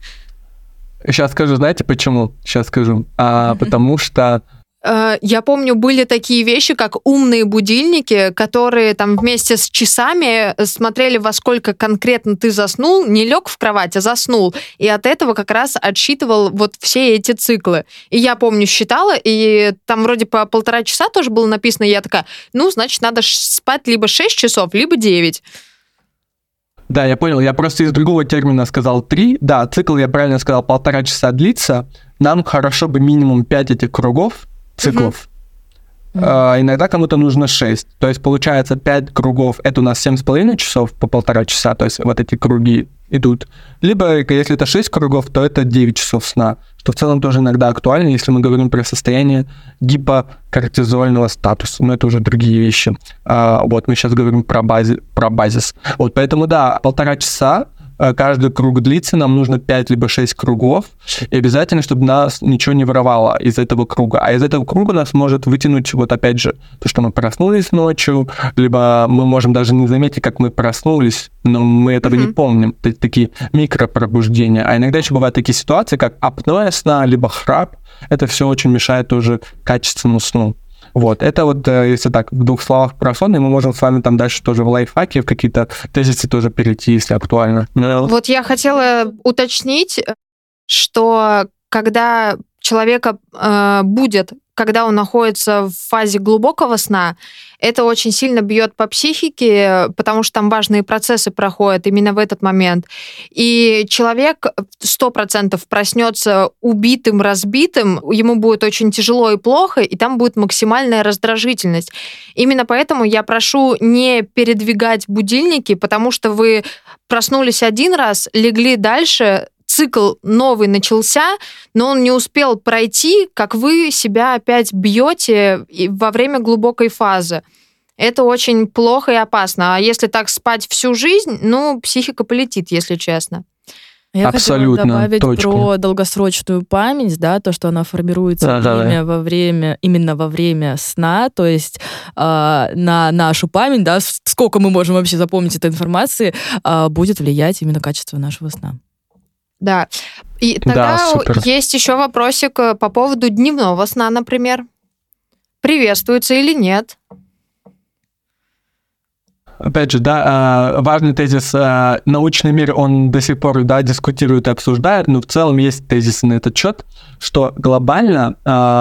E: Сейчас скажу, знаете почему? Сейчас скажу. А, потому что...
D: Я помню, были такие вещи, как умные будильники, которые там вместе с часами смотрели, во сколько конкретно ты заснул, не лег в кровать, а заснул. И от этого как раз отсчитывал вот все эти циклы. И я помню, считала, и там вроде по полтора часа тоже было написано, и я такая, ну, значит, надо спать либо шесть часов, либо девять.
E: Да, я понял. Я просто из другого термина сказал три. Да, цикл, я правильно сказал, полтора часа длится. Нам хорошо бы минимум пять этих кругов, циклов. Uh-huh. Uh, иногда кому-то нужно шесть. То есть, получается, пять кругов, это у нас семь с половиной часов по полтора часа, то есть вот эти круги идут. Либо, если это шесть кругов, то это девять часов сна, что в целом тоже иногда актуально, если мы говорим про состояние гипокортизольного статуса. Но это уже другие вещи. Uh, вот, мы сейчас говорим про, бази, про базис. Вот, поэтому, да, полтора часа каждый круг длится, нам нужно пять либо шесть кругов, и обязательно, чтобы нас ничего не воровало из этого круга. А из этого круга нас может вытянуть, вот опять же, то, что мы проснулись ночью, либо мы можем даже не заметить, как мы проснулись, но мы этого mm-hmm. не помним. Это такие микропробуждения. А иногда еще бывают такие ситуации, как апноэ сна, либо храп. Это все очень мешает тоже качественному сну. Вот, это вот, если так, в двух словах про сон, и мы можем с вами там дальше тоже в лайфхаке, в какие-то тезисы тоже перейти, если актуально.
D: Вот я хотела уточнить, что когда человека э, будет, когда он находится в фазе глубокого сна, это очень сильно бьет по психике, потому что там важные процессы проходят именно в этот момент. И человек сто процентов проснется убитым, разбитым, ему будет очень тяжело и плохо, и там будет максимальная раздражительность. Именно поэтому я прошу не передвигать будильники, потому что вы проснулись один раз, легли дальше, цикл новый начался, но он не успел пройти, как вы себя опять бьете во время глубокой фазы. Это очень плохо и опасно. А если так спать всю жизнь, ну, психика полетит, если честно.
C: Я
E: Абсолютно,
C: хотела добавить
E: точка.
C: Про долгосрочную память, да, то, что она формируется
E: да, да,
C: именно,
E: да.
C: во время, именно во время сна, то есть э, на нашу память, да, сколько мы можем вообще запомнить этой информации, э, будет влиять именно качество нашего сна.
D: Да. И тогда
E: да,
D: есть еще вопросик по поводу дневного сна, например. Приветствуется или нет?
E: Опять же, да, важный тезис, научный мир, он до сих пор, да, дискутирует и обсуждает, но в целом есть тезисы на этот счет, что глобально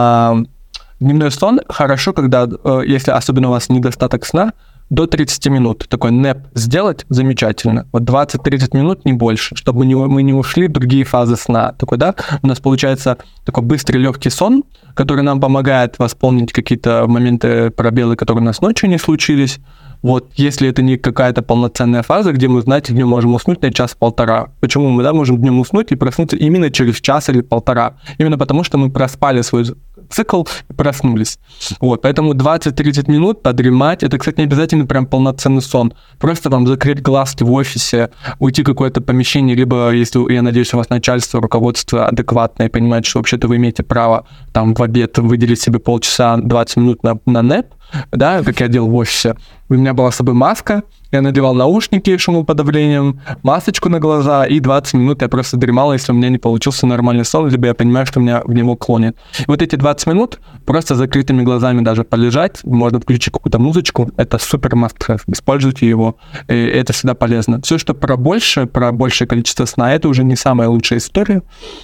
E: дневной сон хорошо, когда, если особенно у вас недостаток сна, до тридцати минут. Такой нэп сделать замечательно. Вот двадцать-тридцать минут, не больше, чтобы мы не, мы не ушли в другие фазы сна. Такой, да, у нас получается такой быстрый, легкий сон, который нам помогает восполнить какие-то моменты, пробелы, которые у нас ночью не случились. Вот, если это не какая-то полноценная фаза, где мы, знаете, днем можем уснуть на час-полтора. Почему мы, да, можем днем уснуть и проснуться именно через час или полтора? Именно потому, что мы проспали свой цикл и проснулись. Вот, поэтому двадцать-тридцать минут подремать, это, кстати, не обязательно прям полноценный сон. Просто вам закрыть глазки в офисе, уйти в какое-то помещение, либо, если, я надеюсь, у вас начальство, руководство адекватное, понимает, что вообще-то вы имеете право там в обед выделить себе полчаса, двадцать минут на, на нэп, да, как я делал в офисе. У меня была с собой маска, я надевал наушники с шумоподавлением, масочку на глаза, и двадцать минут я просто дремал, если у меня не получился нормальный сон, либо я понимаю, что меня в него клонит. И вот эти двадцать минут просто с закрытыми глазами даже полежать, можно включить какую-то музычку, это супер must-have, используйте его, и это всегда полезно. Все, что про больше, про большее количество сна, это уже не самая лучшая история.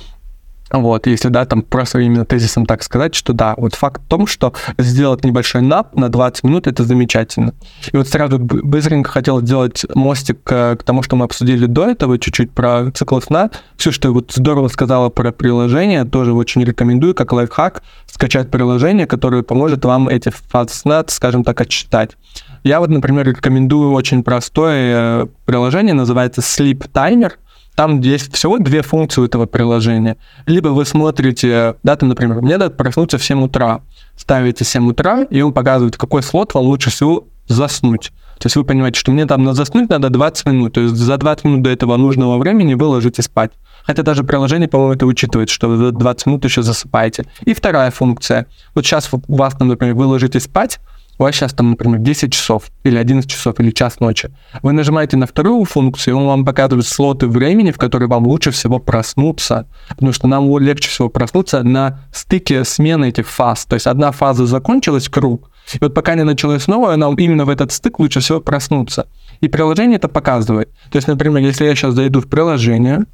E: Вот, если, да, там просто именно тезисом так сказать, что да, вот факт в том, что сделать небольшой нап на двадцать минут, это замечательно. И вот сразу быстренько хотел сделать мостик к, к тому, что мы обсудили до этого, чуть-чуть про цикл сна. Все, что я вот здорово сказала про приложение, тоже очень рекомендую, как лайфхак, скачать приложение, которое поможет вам эти фазы сна, скажем так, отчитать. Я вот, например, рекомендую очень простое приложение, называется Sleep Timer. Там есть всего две функции у этого приложения. Либо вы смотрите, да, там, например, мне надо проснуться в семь утра. Ставите семь утра, и он показывает, какой слот вам лучше всего заснуть. То есть вы понимаете, что мне там на заснуть надо двадцать минут. То есть за двадцать минут до этого нужного времени вы ложитесь спать. Хотя даже приложение, по-моему, это учитывает, что вы за двадцать минут еще засыпаете. И вторая функция. Вот сейчас у вас, там, например, вы ложитесь спать, у вас сейчас там, например, десять часов, или одиннадцать часов, или час ночи. Вы нажимаете на вторую функцию, и он вам показывает слоты времени, в которые вам лучше всего проснуться. Потому что нам легче всего проснуться на стыке смены этих фаз. То есть одна фаза закончилась, круг, и вот пока не началась новая, нам именно в этот стык лучше всего проснуться. И приложение это показывает. То есть, например, если я сейчас зайду в приложение,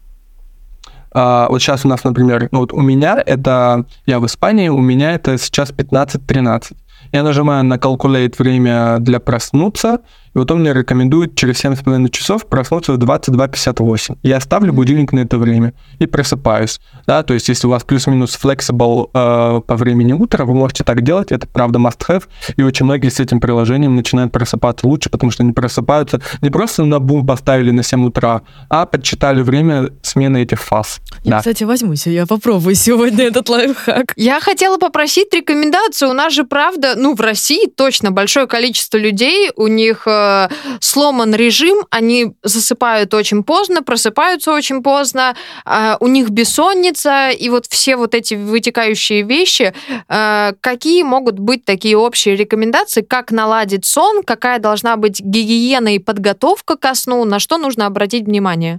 E: Uh, вот сейчас у нас, например, ну вот у меня это, я в Испании, у меня это сейчас пятнадцать тринадцать. Я нажимаю на Calculate время для проснуться, и вот он мне рекомендует через семь с половиной часов проснуться в двадцать два пятьдесят восемь. Я ставлю будильник на это время и просыпаюсь. Да, то есть если у вас плюс-минус flexible э, по времени утра, вы можете так делать, это правда must-have, и очень многие с этим приложением начинают просыпаться лучше, потому что они просыпаются не просто на бум поставили на семь утра, а подсчитали время смены этих фаз.
C: Я, да. Кстати, возьмусь, я попробую сегодня этот лайфхак.
D: Я хотела попросить рекомендацию. У нас же, правда, ну, в России точно большое количество людей, у них э, сломан режим, они засыпают очень поздно, просыпаются очень поздно, э, у них бессонница, и вот все вот эти вытекающие вещи. Э, какие могут быть такие общие рекомендации, как наладить сон, какая должна быть гигиена и подготовка ко сну, на что нужно обратить внимание?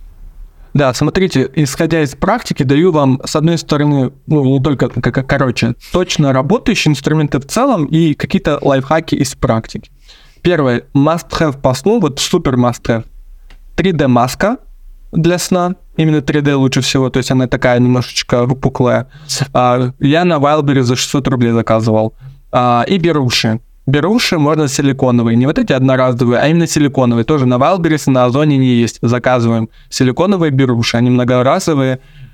E: Да, смотрите, исходя из практики, даю вам, с одной стороны, ну, не только, как, короче, точно работающие инструменты в целом и какие-то лайфхаки из практики. Первое, must-have по сну, вот супер must-have. три дэ-маска для сна, именно три дэ лучше всего, то есть она такая немножечко выпуклая. Я на Wildberries за шестьсот рублей заказывал. И беруши. Беруши можно силиконовые, не вот эти одноразовые, а именно силиконовые. Тоже на Wildberries, на Озоне не есть. Заказываем силиконовые беруши, они многоразовые.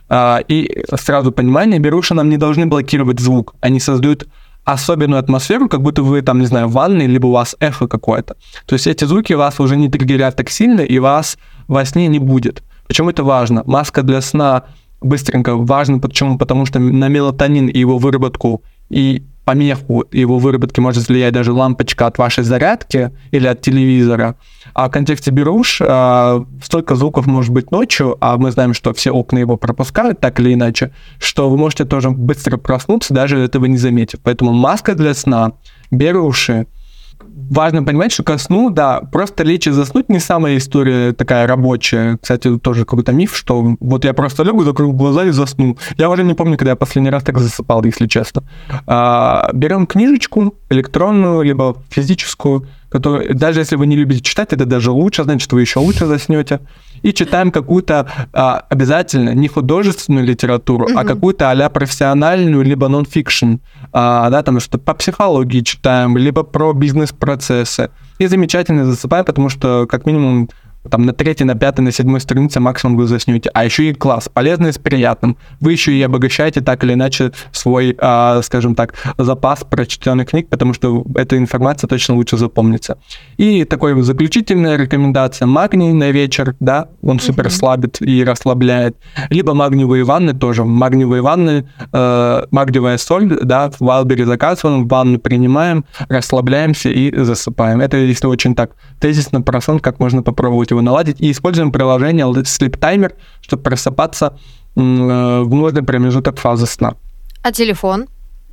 E: И сразу понимание, беруши нам не должны блокировать звук. Они создают особенную атмосферу, как будто вы там, не знаю, в ванной, либо у вас эхо какое-то. То есть эти звуки вас уже не триггерят так сильно, и вас во сне не будет. Почему это важно? Маска для сна быстренько важна. Почему? Потому что на мелатонин и его выработку и помеху его выработки может влиять даже лампочка от вашей зарядки или от телевизора. А в контексте беруш э, столько звуков может быть ночью, а мы знаем, что все окна его пропускают так или иначе, что вы можете тоже быстро проснуться, даже этого не заметив. Поэтому маска для сна, беруши. Важно понимать, что ко сну, да, просто лечь и заснуть не самая история такая рабочая. Кстати, тоже какой-то миф, что вот я просто лягу, закрою глаза и засну. Я уже не помню, когда я последний раз так засыпал, если честно. А, берем книжечку электронную, либо физическую, которую, даже если вы не любите читать, это даже лучше, значит, вы еще лучше заснете. И читаем какую-то а, обязательно не художественную литературу, mm-hmm. а какую-то а-ля профессиональную, либо нон-фикшн. А, да, там что-то по психологии читаем, либо про бизнес-процессы. И замечательно засыпаем, потому что, как минимум, там на третьей, на пятой, на седьмой странице максимум вы заснете. А еще и класс, полезный с приятным. Вы еще и обогащаете так или иначе свой, а, скажем так, запас прочтенных книг, потому что эта информация точно лучше запомнится. И такой заключительная рекомендация: магний на вечер, да, он супер слабит и расслабляет. Либо магниевые ванны тоже. Магниевые ванны, э, магниевая соль, да, в Wildberries заказываем, ванну принимаем, расслабляемся и засыпаем. Это если очень так тезисно про сон, как можно попробовать его наладить. И используем приложение Sleep Timer, чтобы просыпаться в нужный промежуток фазы сна.
D: А телефон?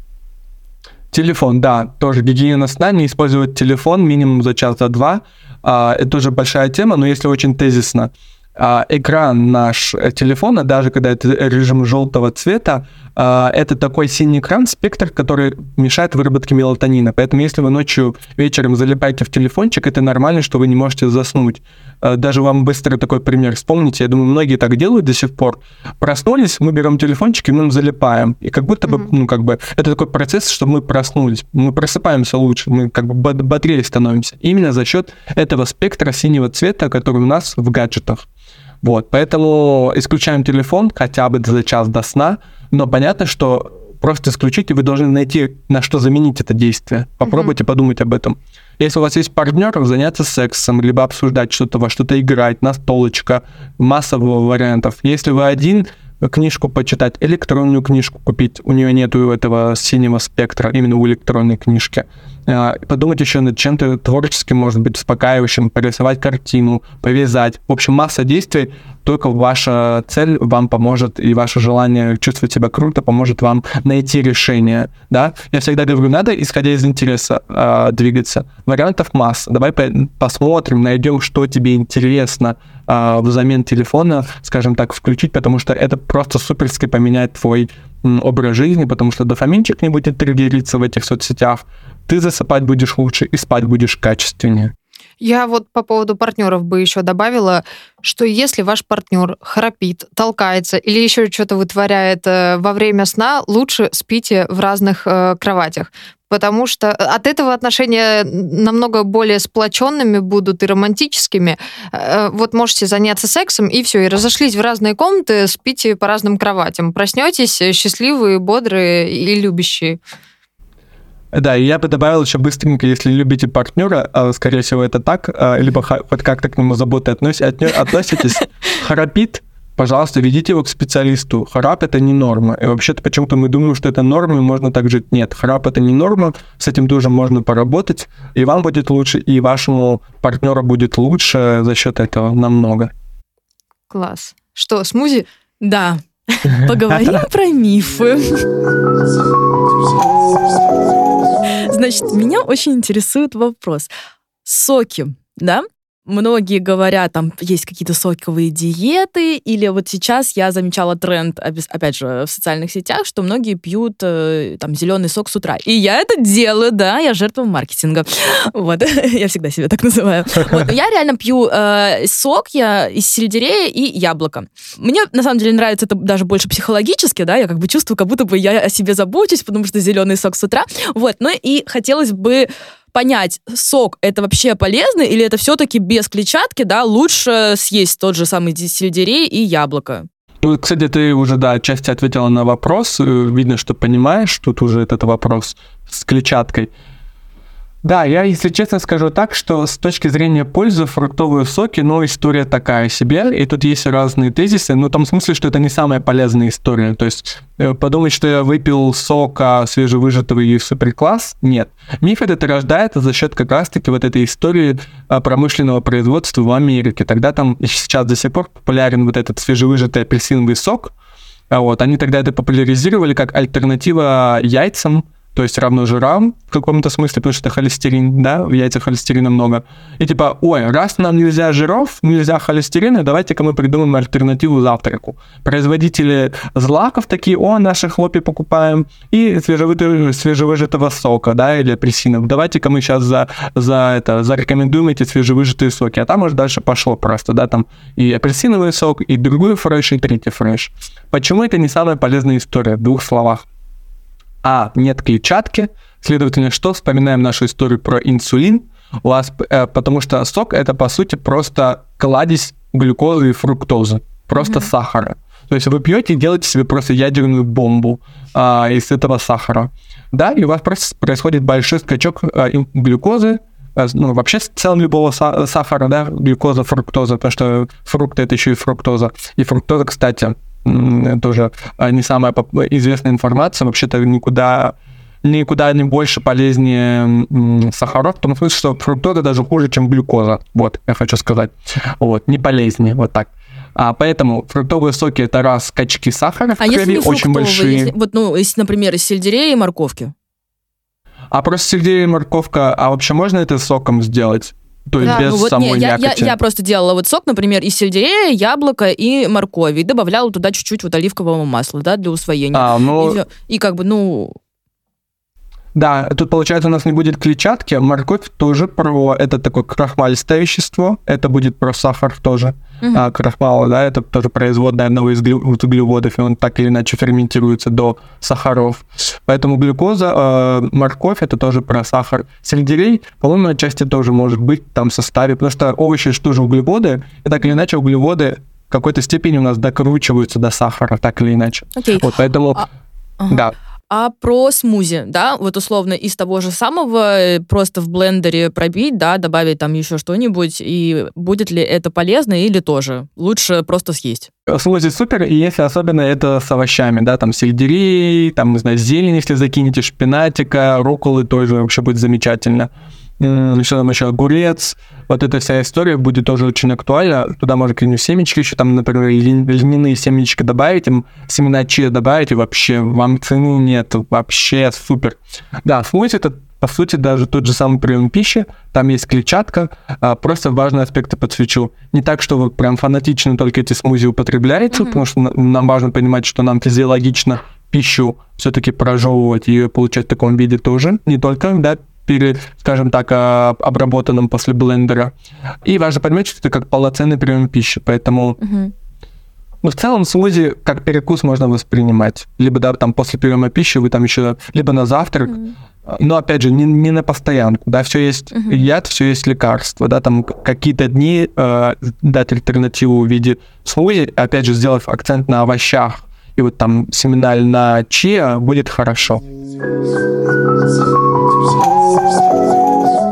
E: Телефон, да, тоже гигиена сна, не использовать телефон минимум за час, за два. Это тоже большая тема, но если очень тезисно. Экран наш телефона, даже когда это режим желтого цвета, это такой синий экран, спектр, который мешает выработке мелатонина. Поэтому если вы ночью, вечером залипаете в телефончик, это нормально, что вы не можете заснуть. Даже вам быстро такой пример вспомните. Я думаю, многие так делают до сих пор. Проснулись, мы берем телефончик и мы залипаем. И как будто бы, mm-hmm. ну, как бы, это такой процесс, чтобы мы проснулись. Мы просыпаемся лучше, мы как бы бодрее становимся. Именно за счет этого спектра синего цвета, который у нас в гаджетах. Вот, поэтому исключаем телефон хотя бы за час до сна, но понятно, что просто исключите, вы должны найти, на что заменить это действие. Попробуйте mm-hmm. подумать об этом. Если у вас есть партнер, заняться сексом, либо обсуждать что-то, во что-то играть, настолочка, масса вариантов. Если вы один, книжку почитать, электронную книжку купить, у нее нету этого синего спектра, именно у электронной книжки. Подумать еще над чем-то творческим, может быть, успокаивающим, порисовать картину, повязать. В общем, масса действий, только ваша цель вам поможет, и ваше желание чувствовать себя круто поможет вам найти решение. Да? Я всегда говорю, надо, исходя из интереса, э, двигаться. Вариантов масса. Давай посмотрим, найдем, что тебе интересно э, взамен телефона, скажем так, включить, потому что это просто суперски поменяет твой м, образ жизни, потому что дофаминчик не будет триггериться в этих соцсетях, ты засыпать будешь лучше и спать будешь качественнее.
D: Я вот по поводу партнеров бы еще добавила, что если ваш партнер храпит, толкается или еще что-то вытворяет во время сна, лучше спите в разных э, кроватях. Потому что от этого отношения намного более сплоченными будут и романтическими. Э, вот можете заняться сексом, и все, и разошлись в разные комнаты, спите по разным кроватям. Проснетесь счастливые, бодрые и любящие.
E: Да, и я бы добавил еще быстренько, если любите партнера, скорее всего, это так, либо хоть как-то к нему заботой относитесь, храпит, пожалуйста, ведите его к специалисту. Храп – это не норма. И вообще-то почему-то мы думаем, что это норма, и можно так жить. Нет, храп – это не норма, с этим тоже можно поработать, и вам будет лучше, и вашему партнеру будет лучше за счет этого намного.
D: Класс. Что, смузи?
C: Да. Поговорим про мифы. Значит, меня очень интересует вопрос. Соки, да? Многие говорят, там есть какие-то соковые диеты, или вот сейчас я замечала тренд, опять же, в социальных сетях, что многие пьют э, там зеленый сок с утра. И я это делаю, да, я жертва маркетинга. Вот, я всегда себя так называю. Вот, я реально пью э, сок я из сельдерея и яблока. Мне, на самом деле, нравится это даже больше психологически, да, я как бы чувствую, как будто бы я о себе забочусь, потому что зеленый сок с утра. Вот, ну и хотелось бы понять, сок это вообще полезно или это все-таки без клетчатки, да, лучше съесть тот же самый сельдерей и яблоко?
E: Ну, кстати, ты уже, да, отчасти ответила на вопрос. Видно, что понимаешь, тут уже этот вопрос с клетчаткой. Да, я, если честно, скажу так, что с точки зрения пользы фруктовые соки, ну, история такая себе, и тут есть разные тезисы, но в том смысле, что это не самая полезная история. То есть подумать, что я выпил сока свежевыжатого и суперкласс, нет. Миф этот рождается за счет как раз-таки вот этой истории промышленного производства в Америке. Тогда там сейчас до сих пор популярен вот этот свежевыжатый апельсиновый сок. Вот, они тогда это популяризировали как альтернатива яйцам, то есть равно жирам в каком-то смысле, потому что это холестерин, да, в яйцах холестерина много. И типа, ой, раз нам нельзя жиров, нельзя холестерина, давайте-ка мы придумаем альтернативу завтраку. Производители злаков такие, о, наши хлопья покупаем, и свежевыжатого сока, да, или апельсинов. Давайте-ка мы сейчас за, за это, зарекомендуем эти свежевыжатые соки. А там уже дальше пошло просто, да, там и апельсиновый сок, и другой фреш, и третий фреш. Почему это не самая полезная история? В двух словах. А, нет клетчатки, следовательно, что? Вспоминаем нашу историю про инсулин, у вас, э, потому что сок это, по сути, просто кладезь глюкозы и фруктозы, просто mm-hmm. сахара. То есть вы пьете и делаете себе просто ядерную бомбу э, из этого сахара. Да, и у вас просто происходит большой скачок э, глюкозы, э, ну, вообще в целом любого са- сахара, да, глюкоза, фруктоза, потому что фрукты это еще и фруктоза. И фруктоза, кстати, тоже не самая известная информация, вообще-то никуда, никуда не больше полезнее сахаров, в том смысле, что фруктоза даже хуже, чем глюкоза, вот, я хочу сказать, вот, не полезнее, вот так. А поэтому фруктовые соки это раз скачки сахара в
C: а
E: крови
C: если
E: очень большие.
C: Если, вот, ну, если, например, из сельдерея и морковки?
E: А просто сельдерей и морковка, а вообще можно это соком сделать? То есть
C: да,
E: без
C: ну вот
E: самой
C: не, я,
E: мякоти.
C: Я, я просто делала вот сок, например, из сельдерея, яблока и моркови, и добавляла туда чуть-чуть вот оливкового масла, да, для усвоения.
E: А, ну...
C: и, и как бы, ну...
E: Да, тут, получается, у нас не будет клетчатки. Морковь тоже про... Это такое крахмалистое вещество. Это будет про сахар тоже. Uh-huh. А, крахмал, да, это тоже производная одного из глю... углеводов, и он так или иначе ферментируется до сахаров. Поэтому глюкоза, э, морковь, это тоже про сахар. Сельдерей, по-моему, отчасти тоже может быть там в составе, потому что овощи же тоже углеводы, и так или иначе углеводы в какой-то степени у нас докручиваются до сахара, так или иначе.
C: Okay.
E: Вот, поэтому,
C: а... ага.
E: да.
C: А про смузи, да, вот условно из того же самого просто в блендере пробить, да, добавить там еще что-нибудь, и будет ли это полезно или тоже лучше просто съесть?
E: Смузи супер, и если особенно это с овощами, да, там сельдерей, там, не знаю, зелень, если закинете, шпинатика, рукколы тоже вообще будет замечательно. Еще там еще огурец, вот эта вся история будет тоже очень актуальна. Туда можно какие-нибудь семечки еще, там, например, льняные семечки добавить, им семена чиа добавить, и вообще вам цены нет, вообще супер. Да, смузи это, по сути, даже тот же самый прием пищи, там есть клетчатка, а, просто важные аспекты подсвечу. Не так, что вы прям фанатично только эти смузи употребляете, mm-hmm. потому что нам важно понимать, что нам физиологично пищу все-таки прожевывать и ее получать в таком виде тоже, не только, да, перед, скажем так, обработанным после блендера. И важно понимать, что это как полноценный прием пищи, поэтому... Uh-huh. Ну, в целом, смузи как перекус можно воспринимать. Либо, да, там, после приема пищи вы там еще... Либо на завтрак, uh-huh. но, опять же, не, не на постоянку, да, все есть uh-huh. яд, все есть лекарство, да, там, какие-то дни э, дать альтернативу в виде смузи, опять же, сделав акцент на овощах, и вот там семена льна чиа будет хорошо.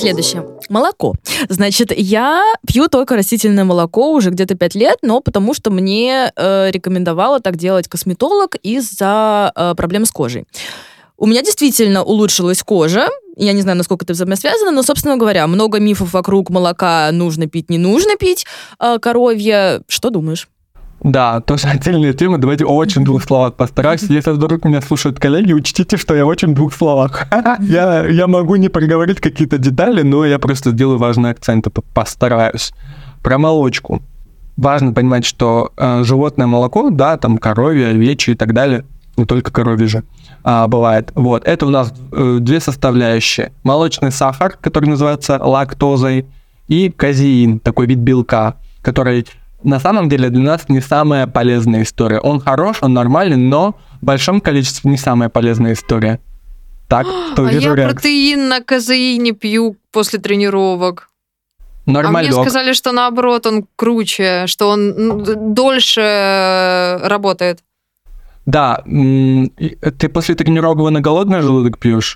C: Следующее. Молоко. Значит, я пью только растительное молоко уже где-то пять лет, но потому что мне э, рекомендовала так делать косметолог из-за э, проблем с кожей. У меня действительно улучшилась кожа. Я не знаю, насколько это взаимосвязано, но, собственно говоря, много мифов вокруг молока нужно пить, не нужно пить. Э, коровье. Что думаешь?
E: Да, тоже отдельная тема. Давайте очень в двух словах постараюсь. Если вдруг меня слушают коллеги, учтите, что я очень в двух словах. я, я могу не проговорить какие-то детали, но я просто сделаю важные акценты, постараюсь. Про молочку. Важно понимать, что э, животное молоко, да, там коровье, овечье и так далее, не только коровье же, а, бывает. Вот. Это у нас э, две составляющие. Молочный сахар, который называется лактозой, и казеин, такой вид белка, который... На самом деле для нас не самая полезная история. Он хорош, он нормальный, но в большом количестве не самая полезная история. Так, то
D: а
E: вижу
D: я
E: реакцию.
D: протеин на казеине пью после тренировок.
E: Нормально.
D: А мне сказали, что наоборот, он круче, что он дольше работает.
E: Да. Ты после тренировок на голодный желудок пьешь?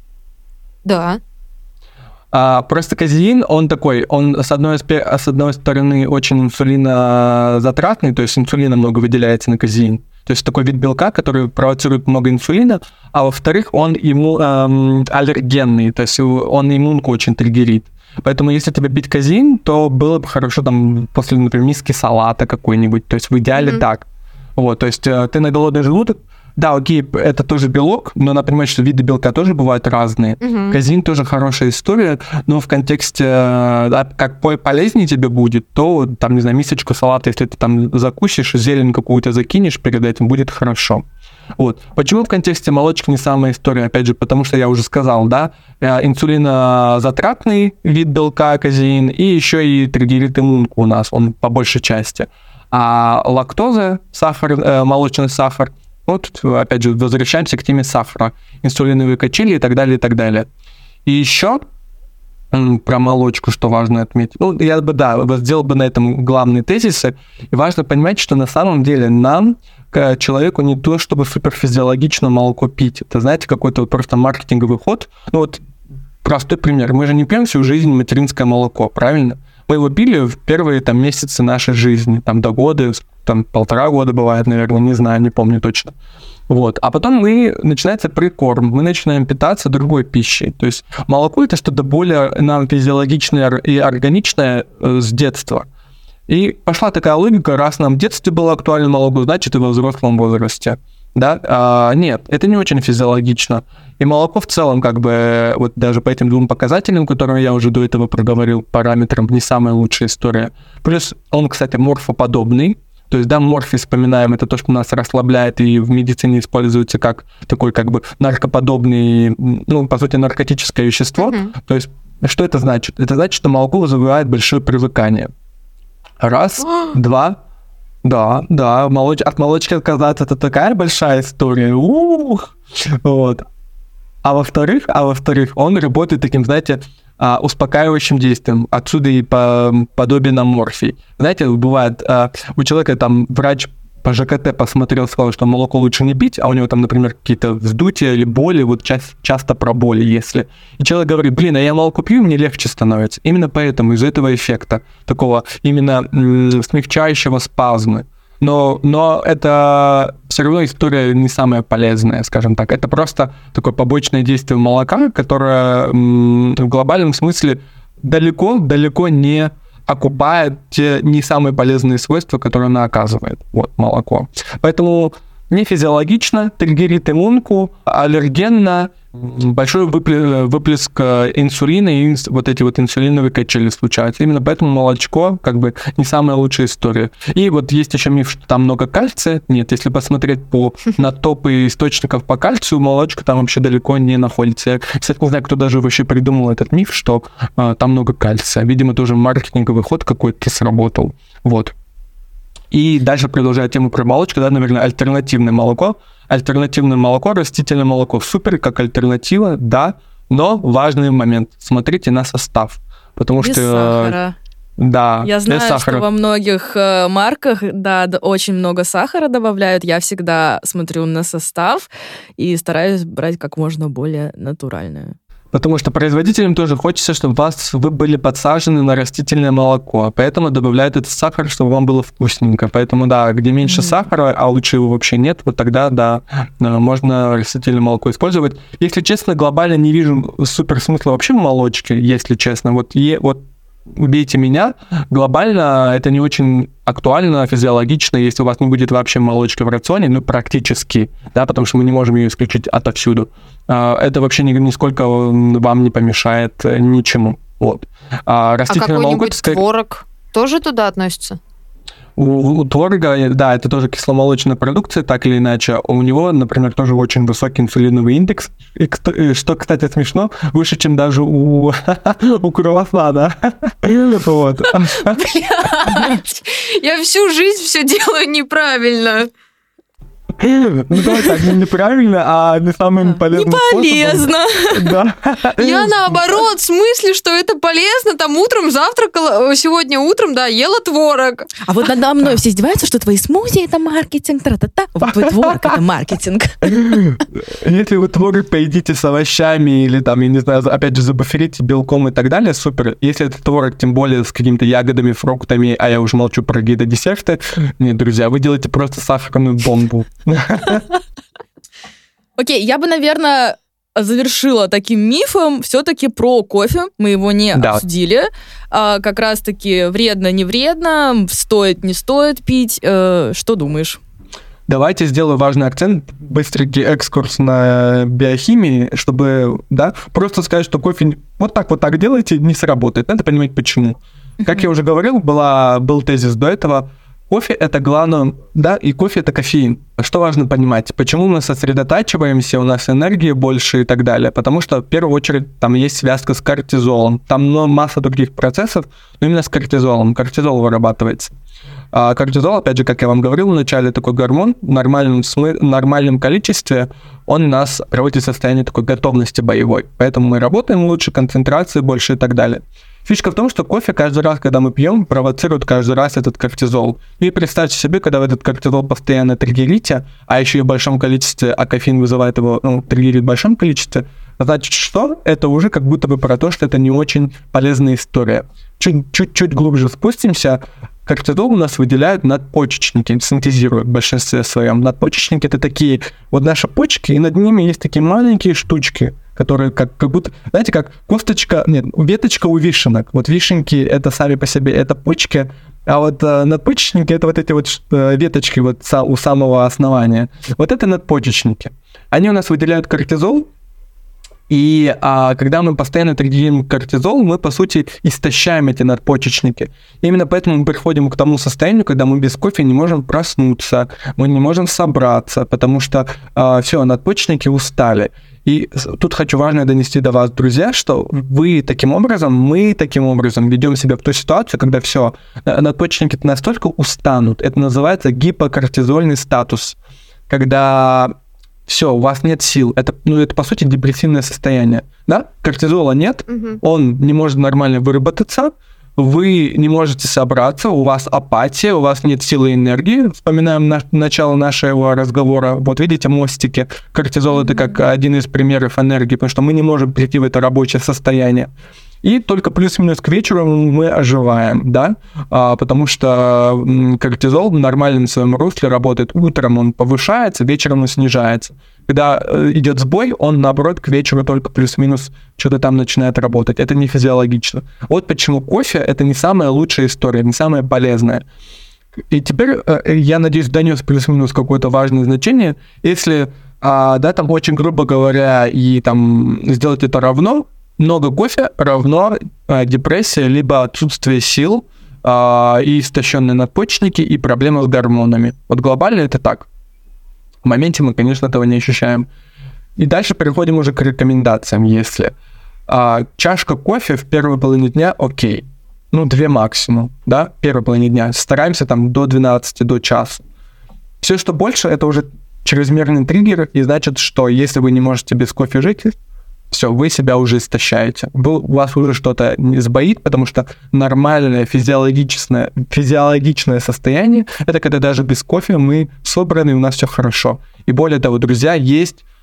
D: Да.
E: А, просто казеин, он такой, он с одной, с одной стороны очень инсулинозатратный, то есть инсулина много выделяется на казеин. То есть такой вид белка, который провоцирует много инсулина, а во-вторых, он ему эм, аллергенный, то есть он иммунку очень триггерит. Поэтому если тебе пить казеин, то было бы хорошо там после, например, миски салата какой-нибудь, то есть в идеале mm-hmm. так. Вот, то есть э, ты на голодный желудок, да, окей, это тоже белок, но надо понимать, что виды белка тоже бывают разные. Uh-huh. Казеин тоже хорошая история, но в контексте, да, как полезнее тебе будет, то, там, не знаю, мисочку салата, если ты там закусишь, зелень какую-то закинешь перед этим, будет хорошо. Вот. Почему в контексте молочки не самая история? Опять же, потому что я уже сказал, да, инсулинозатратный вид белка, казеин, и еще и триггерит иммунку у нас, он по большей части. А лактоза, сахар, молочный сахар, вот, опять же, возвращаемся к теме сахара, инсулиновые качели и так далее, и так далее. И еще про молочку, что важно отметить. Ну, я бы, да, сделал бы на этом главные тезисы. И важно понимать, что на самом деле нам, к человеку, не то, чтобы суперфизиологично молоко пить. Это, знаете, какой-то вот просто маркетинговый ход. Ну, вот простой пример. Мы же не пьем всю жизнь материнское молоко, правильно? Мы его пили в первые там месяцы нашей жизни, там до года, там полтора года бывает, наверное, не знаю, не помню точно. Вот. А потом мы, начинается прикорм, мы начинаем питаться другой пищей. То есть молоко — это что-то более нам физиологичное и органичное э, с детства. И пошла такая логика, раз нам в детстве было актуально молоко, значит и во взрослом возрасте. Да? А, нет, это не очень физиологично. И молоко в целом, как бы, вот даже по этим двум показателям, которые я уже до этого проговорил, параметрам, не самая лучшая история. Плюс он, кстати, морфоподобный. То есть, да, морфий, вспоминаем, это то, что нас расслабляет и в медицине используется как такой, как бы, наркоподобный, ну, по сути, наркотическое вещество. Mm-hmm. То есть, что это значит? Это значит, что молоко вызывает большое привыкание. Раз, два, да, да, молоч... от молочки отказаться — это такая большая история. Ух! Вот. А во-вторых, а во-вторых, он работает таким, знаете, успокаивающим действием. Отсюда и по, подобие на морфий. Знаете, бывает, у человека там врач по ЖКТ посмотрел, сказал, что молоко лучше не пить, а у него там, например, какие-то вздутия или боли, вот ча- часто про боли, если. И человек говорит, блин, а я молоко пью, мне легче становится. Именно поэтому, из-за этого эффекта, такого именно м- смягчающего спазмы. Но, но это все равно история не самая полезная, скажем так. Это просто такое побочное действие молока, которое м- в глобальном смысле далеко-далеко не окупает те не самые полезные свойства, которые она оказывает. Вот, молоко. Поэтому не физиологично, триггерит иммунку, аллергенно, большой выплеск инсулина и вот эти вот инсулиновые качели случаются. Именно поэтому молочко как бы не самая лучшая история. И вот есть еще миф, что там много кальция. Нет, если посмотреть по, на топы источников по кальцию, молочко там вообще далеко не находится. Я, кстати, не знаю, кто даже вообще придумал этот миф, что а, там много кальция. Видимо, тоже маркетинговый ход какой-то сработал. Вот. И дальше, продолжая тему про молочку, да, наверное, альтернативное молоко. Альтернативное молоко, растительное молоко супер, как альтернатива, да, но важный момент. Смотрите на состав. Потому
C: без
E: что...
C: сахара.
E: Да,
C: я знаю,
E: без сахара.
C: что во многих э, марках, да, д- очень много сахара добавляют. Я всегда смотрю на состав и стараюсь брать как можно более натуральное.
E: Потому что производителям тоже хочется, чтобы вас, вы были подсажены на растительное молоко, поэтому добавляют этот сахар, чтобы вам было вкусненько. Поэтому, да, где меньше mm-hmm. сахара, а лучше его вообще нет, вот тогда, да, можно растительное молоко использовать. Если честно, глобально не вижу супер смысла вообще в молочке, если честно. Вот, е, вот убейте меня, глобально это не очень актуально, физиологично, если у вас не будет вообще молочки в рационе, ну, практически, да, потому что мы не можем ее исключить отовсюду. Это вообще нисколько вам не помешает ничему. Вот. А,
D: а какой-нибудь
E: молоко,
D: творог тоже туда относится?
E: У, у творога, да, это тоже кисломолочная продукция, так или иначе. У него, например, тоже очень высокий инсулиновый индекс, и, что, кстати, смешно, выше, чем даже у, у круассана. Вот.
D: Блядь, я всю жизнь все делаю неправильно.
E: Ну, давай так, не неправильно, а не самым полезным способом.
C: Не полезно.
E: Да.
D: Я наоборот, в смысле, что это полезно, там утром завтракала, сегодня утром, да, ела творог.
C: А вот надо мной все издеваются, что твои смузи — это маркетинг, тра-та-та. Вот твой творог — это маркетинг.
E: Если вы творог поедите с овощами или там, я не знаю, опять же, забуферите белком и так далее, супер. Если это творог, тем более с какими-то ягодами, фруктами, а я уже молчу про какие-то десерты, нет, друзья, вы делаете просто сахарную бомбу.
C: Окей, я бы, наверное, завершила таким мифом все-таки про кофе. Мы его не
E: да.
C: обсудили. А, как раз-таки вредно, не вредно, стоит, не стоит пить. А, что думаешь?
E: Давайте сделаю важный акцент, быстренький экскурс на биохимии, чтобы, да, просто сказать, что кофе вот так вот так делайте, не сработает. Надо понимать, почему. Как я уже говорил, была, был тезис до этого, кофе — это главное, да, и кофе — это кофеин. Что важно понимать? Почему мы сосредотачиваемся, у нас энергии больше и так далее? Потому что, в первую очередь, там есть связка с кортизолом. Там ну, масса других процессов, но именно с кортизолом. Кортизол вырабатывается. А кортизол, опять же, как я вам говорил, вначале такой гормон, в нормальном, смы- в нормальном количестве он нас приводит в состояние такой готовности боевой. Поэтому мы работаем лучше, концентрации больше и так далее. Фишка в том, что кофе каждый раз, когда мы пьем, провоцирует каждый раз этот кортизол. И представьте себе, когда вы этот кортизол постоянно триггерите, а еще и в большом количестве, а кофеин вызывает его, ну, триггерит в большом количестве, значит, что? Это уже как будто бы про то, что это не очень полезная история. Чуть-чуть глубже спустимся. Кортизол у нас выделяют надпочечники, синтезируют в большинстве своем. Надпочечники — это такие вот наши почки, и над ними есть такие маленькие штучки, которые как, как будто, знаете, как косточка, нет, веточка у вишенок. Вот вишенки — это сами по себе, это почки, а вот э, надпочечники — это вот эти вот э, веточки вот са, у самого основания. Вот это надпочечники. Они у нас выделяют кортизол, и а, когда мы постоянно триггерим кортизол, мы, по сути, истощаем эти надпочечники. Именно поэтому мы приходим к тому состоянию, когда мы без кофе не можем проснуться, мы не можем собраться, потому что а, все, надпочечники устали. И тут хочу важно донести до вас, друзья, что вы таким образом, мы таким образом ведем себя в ту ситуацию, когда все, надпочечники настолько устанут. Это называется гипокортизольный статус, когда все, у вас нет сил. Это, ну, это, по сути, депрессивное состояние. Да? Кортизола нет, угу. Он не может нормально выработаться, вы не можете собраться, у вас апатия, у вас нет силы и энергии. Вспоминаем наш, начало нашего разговора. Вот видите, мостики. Кортизол mm-hmm. — это как один из примеров энергии, потому что мы не можем прийти в это рабочее состояние. И только плюс-минус к вечеру мы оживаем, да, а, потому что кортизол в нормальном своем русле работает. Утром он повышается, вечером он снижается. Когда идет сбой, он, наоборот, к вечеру только плюс-минус что-то там начинает работать. Это не физиологично. Вот почему кофе — это не самая лучшая история, не самая полезная. И теперь, я надеюсь, донес плюс-минус какое-то важное значение. Если, а, да, там очень грубо говоря, и там сделать это равно, много кофе равно а, депрессия, либо отсутствие сил, а, и истощенные надпочечники, и проблемы с гормонами. Вот глобально это так. В моменте мы, конечно, этого не ощущаем. И дальше переходим уже к рекомендациям, если а, чашка кофе в первой половине дня окей. Ну, две максимум, да, в первой половине дня. Стараемся там до двенадцати, до часа. Все, что больше, это уже чрезмерный триггер, и значит, что если вы не можете без кофе жить, все, вы себя уже истощаете. Вы, у вас уже что-то сбоит, потому что нормальное физиологичное, физиологичное состояние — это когда даже без кофе мы собраны, и у нас все хорошо. И более того, друзья, есть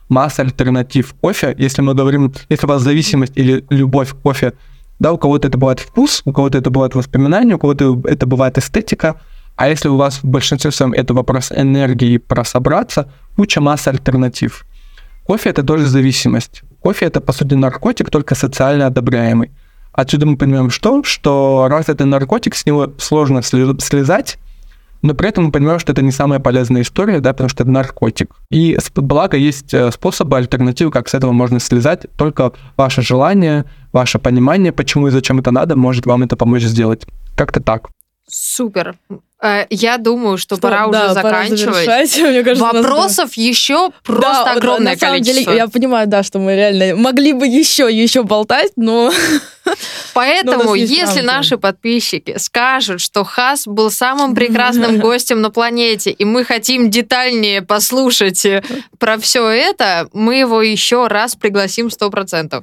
E: масса альтернатив кофе. Если мы говорим, если у вас зависимость или любовь к кофе, да, у кого-то это бывает вкус, у кого-то это бывает воспоминания, у кого-то это бывает эстетика, а если у вас в большинстве своем это вопрос энергии, про собраться, куча масса альтернатив. Кофе — это тоже зависимость. Кофе — это, по сути, наркотик, только социально одобряемый. Отсюда мы понимаем, что, что раз это наркотик, с него сложно слезать, но при этом мы понимаем, что это не самая полезная история, да, потому что это наркотик. И благо есть способы, альтернативы, как с этого можно слезать, только ваше желание, ваше понимание, почему и зачем это надо, может вам это помочь сделать. Как-то так.
D: Супер. Э, Я думаю, что,
C: Что,
D: пора
C: да,
D: уже
C: пора
D: заканчивать.
C: завершать. Мне кажется, у нас
D: Вопросов еще просто
C: Да,
D: огромное
C: на самом
D: количество.
C: деле, я понимаю, да, что мы реально могли бы еще, еще болтать, но...
D: Поэтому,
C: Но у нас есть
D: если
C: рамки.
D: наши подписчики скажут, что Хас был самым прекрасным гостем на планете, и мы хотим детальнее послушать э, про все это, мы его еще раз пригласим сто процентов.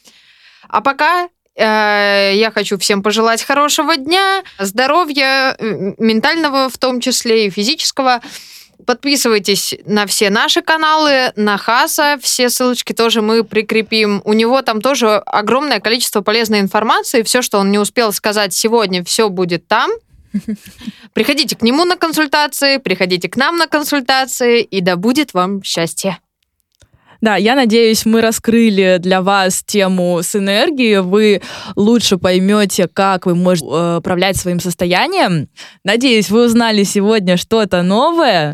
D: А пока э, я хочу всем пожелать хорошего дня, здоровья, э, ментального в том числе и физического. Подписывайтесь на все наши каналы, на Хаса, все ссылочки тоже мы прикрепим. У него там тоже огромное количество полезной информации. Все, что он не успел сказать сегодня, все будет там. Приходите к нему на консультации, приходите к нам на консультации, и да будет вам счастье.
C: Да, я надеюсь, мы раскрыли для вас тему с энергией, вы лучше поймете, как вы можете э, управлять своим состоянием. Надеюсь, вы узнали сегодня что-то новое.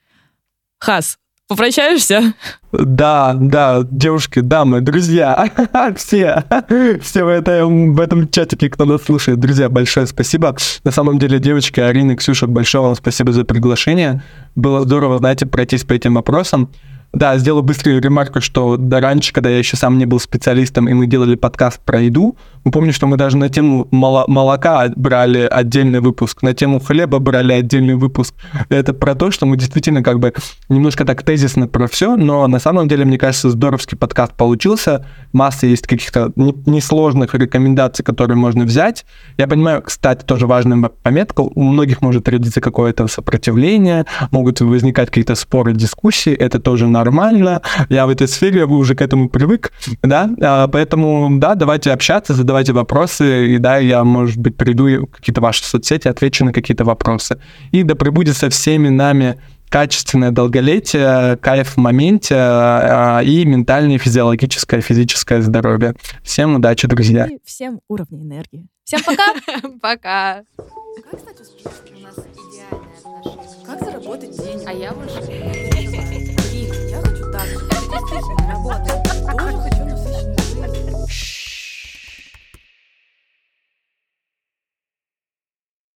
C: Хас, попрощаешься?
E: Да, да, девушки, дамы, друзья, все, все в, этой, в этом чатике, кто нас слушает. Друзья, большое спасибо. На самом деле, девочки, Арина и Ксюша, большое вам спасибо за приглашение. Было здорово, знаете, пройтись по этим вопросам. Да, сделаю быструю ремарку, что да, раньше, когда я еще сам не был специалистом, и мы делали подкаст про еду, мы помним, что мы даже на тему моло- молока брали отдельный выпуск, на тему хлеба брали отдельный выпуск. Это про то, что мы действительно как бы немножко так тезисно про все, но на самом деле, мне кажется, здоровский подкаст получился. Масса есть каких-то несложных рекомендаций, которые можно взять. Я понимаю, кстати, тоже важная пометка, у многих может родиться какое-то сопротивление, могут возникать какие-то споры, дискуссии, это тоже нормально. Я в этой сфере уже к этому привык, да, а, поэтому, да, давайте общаться, задавайте вопросы, и да, я, может быть, приду в какие-то ваши соцсети, отвечу на какие-то вопросы. И да пребудет со всеми нами качественное долголетие, кайф в моменте а, и ментальное, физиологическое, физическое здоровье. Всем удачи, друзья.
C: И всем уровня энергии. Всем пока!
D: Пока.
A: Как стать успешным? У нас идеальные отношения.
B: Как заработать денег?
A: А я больше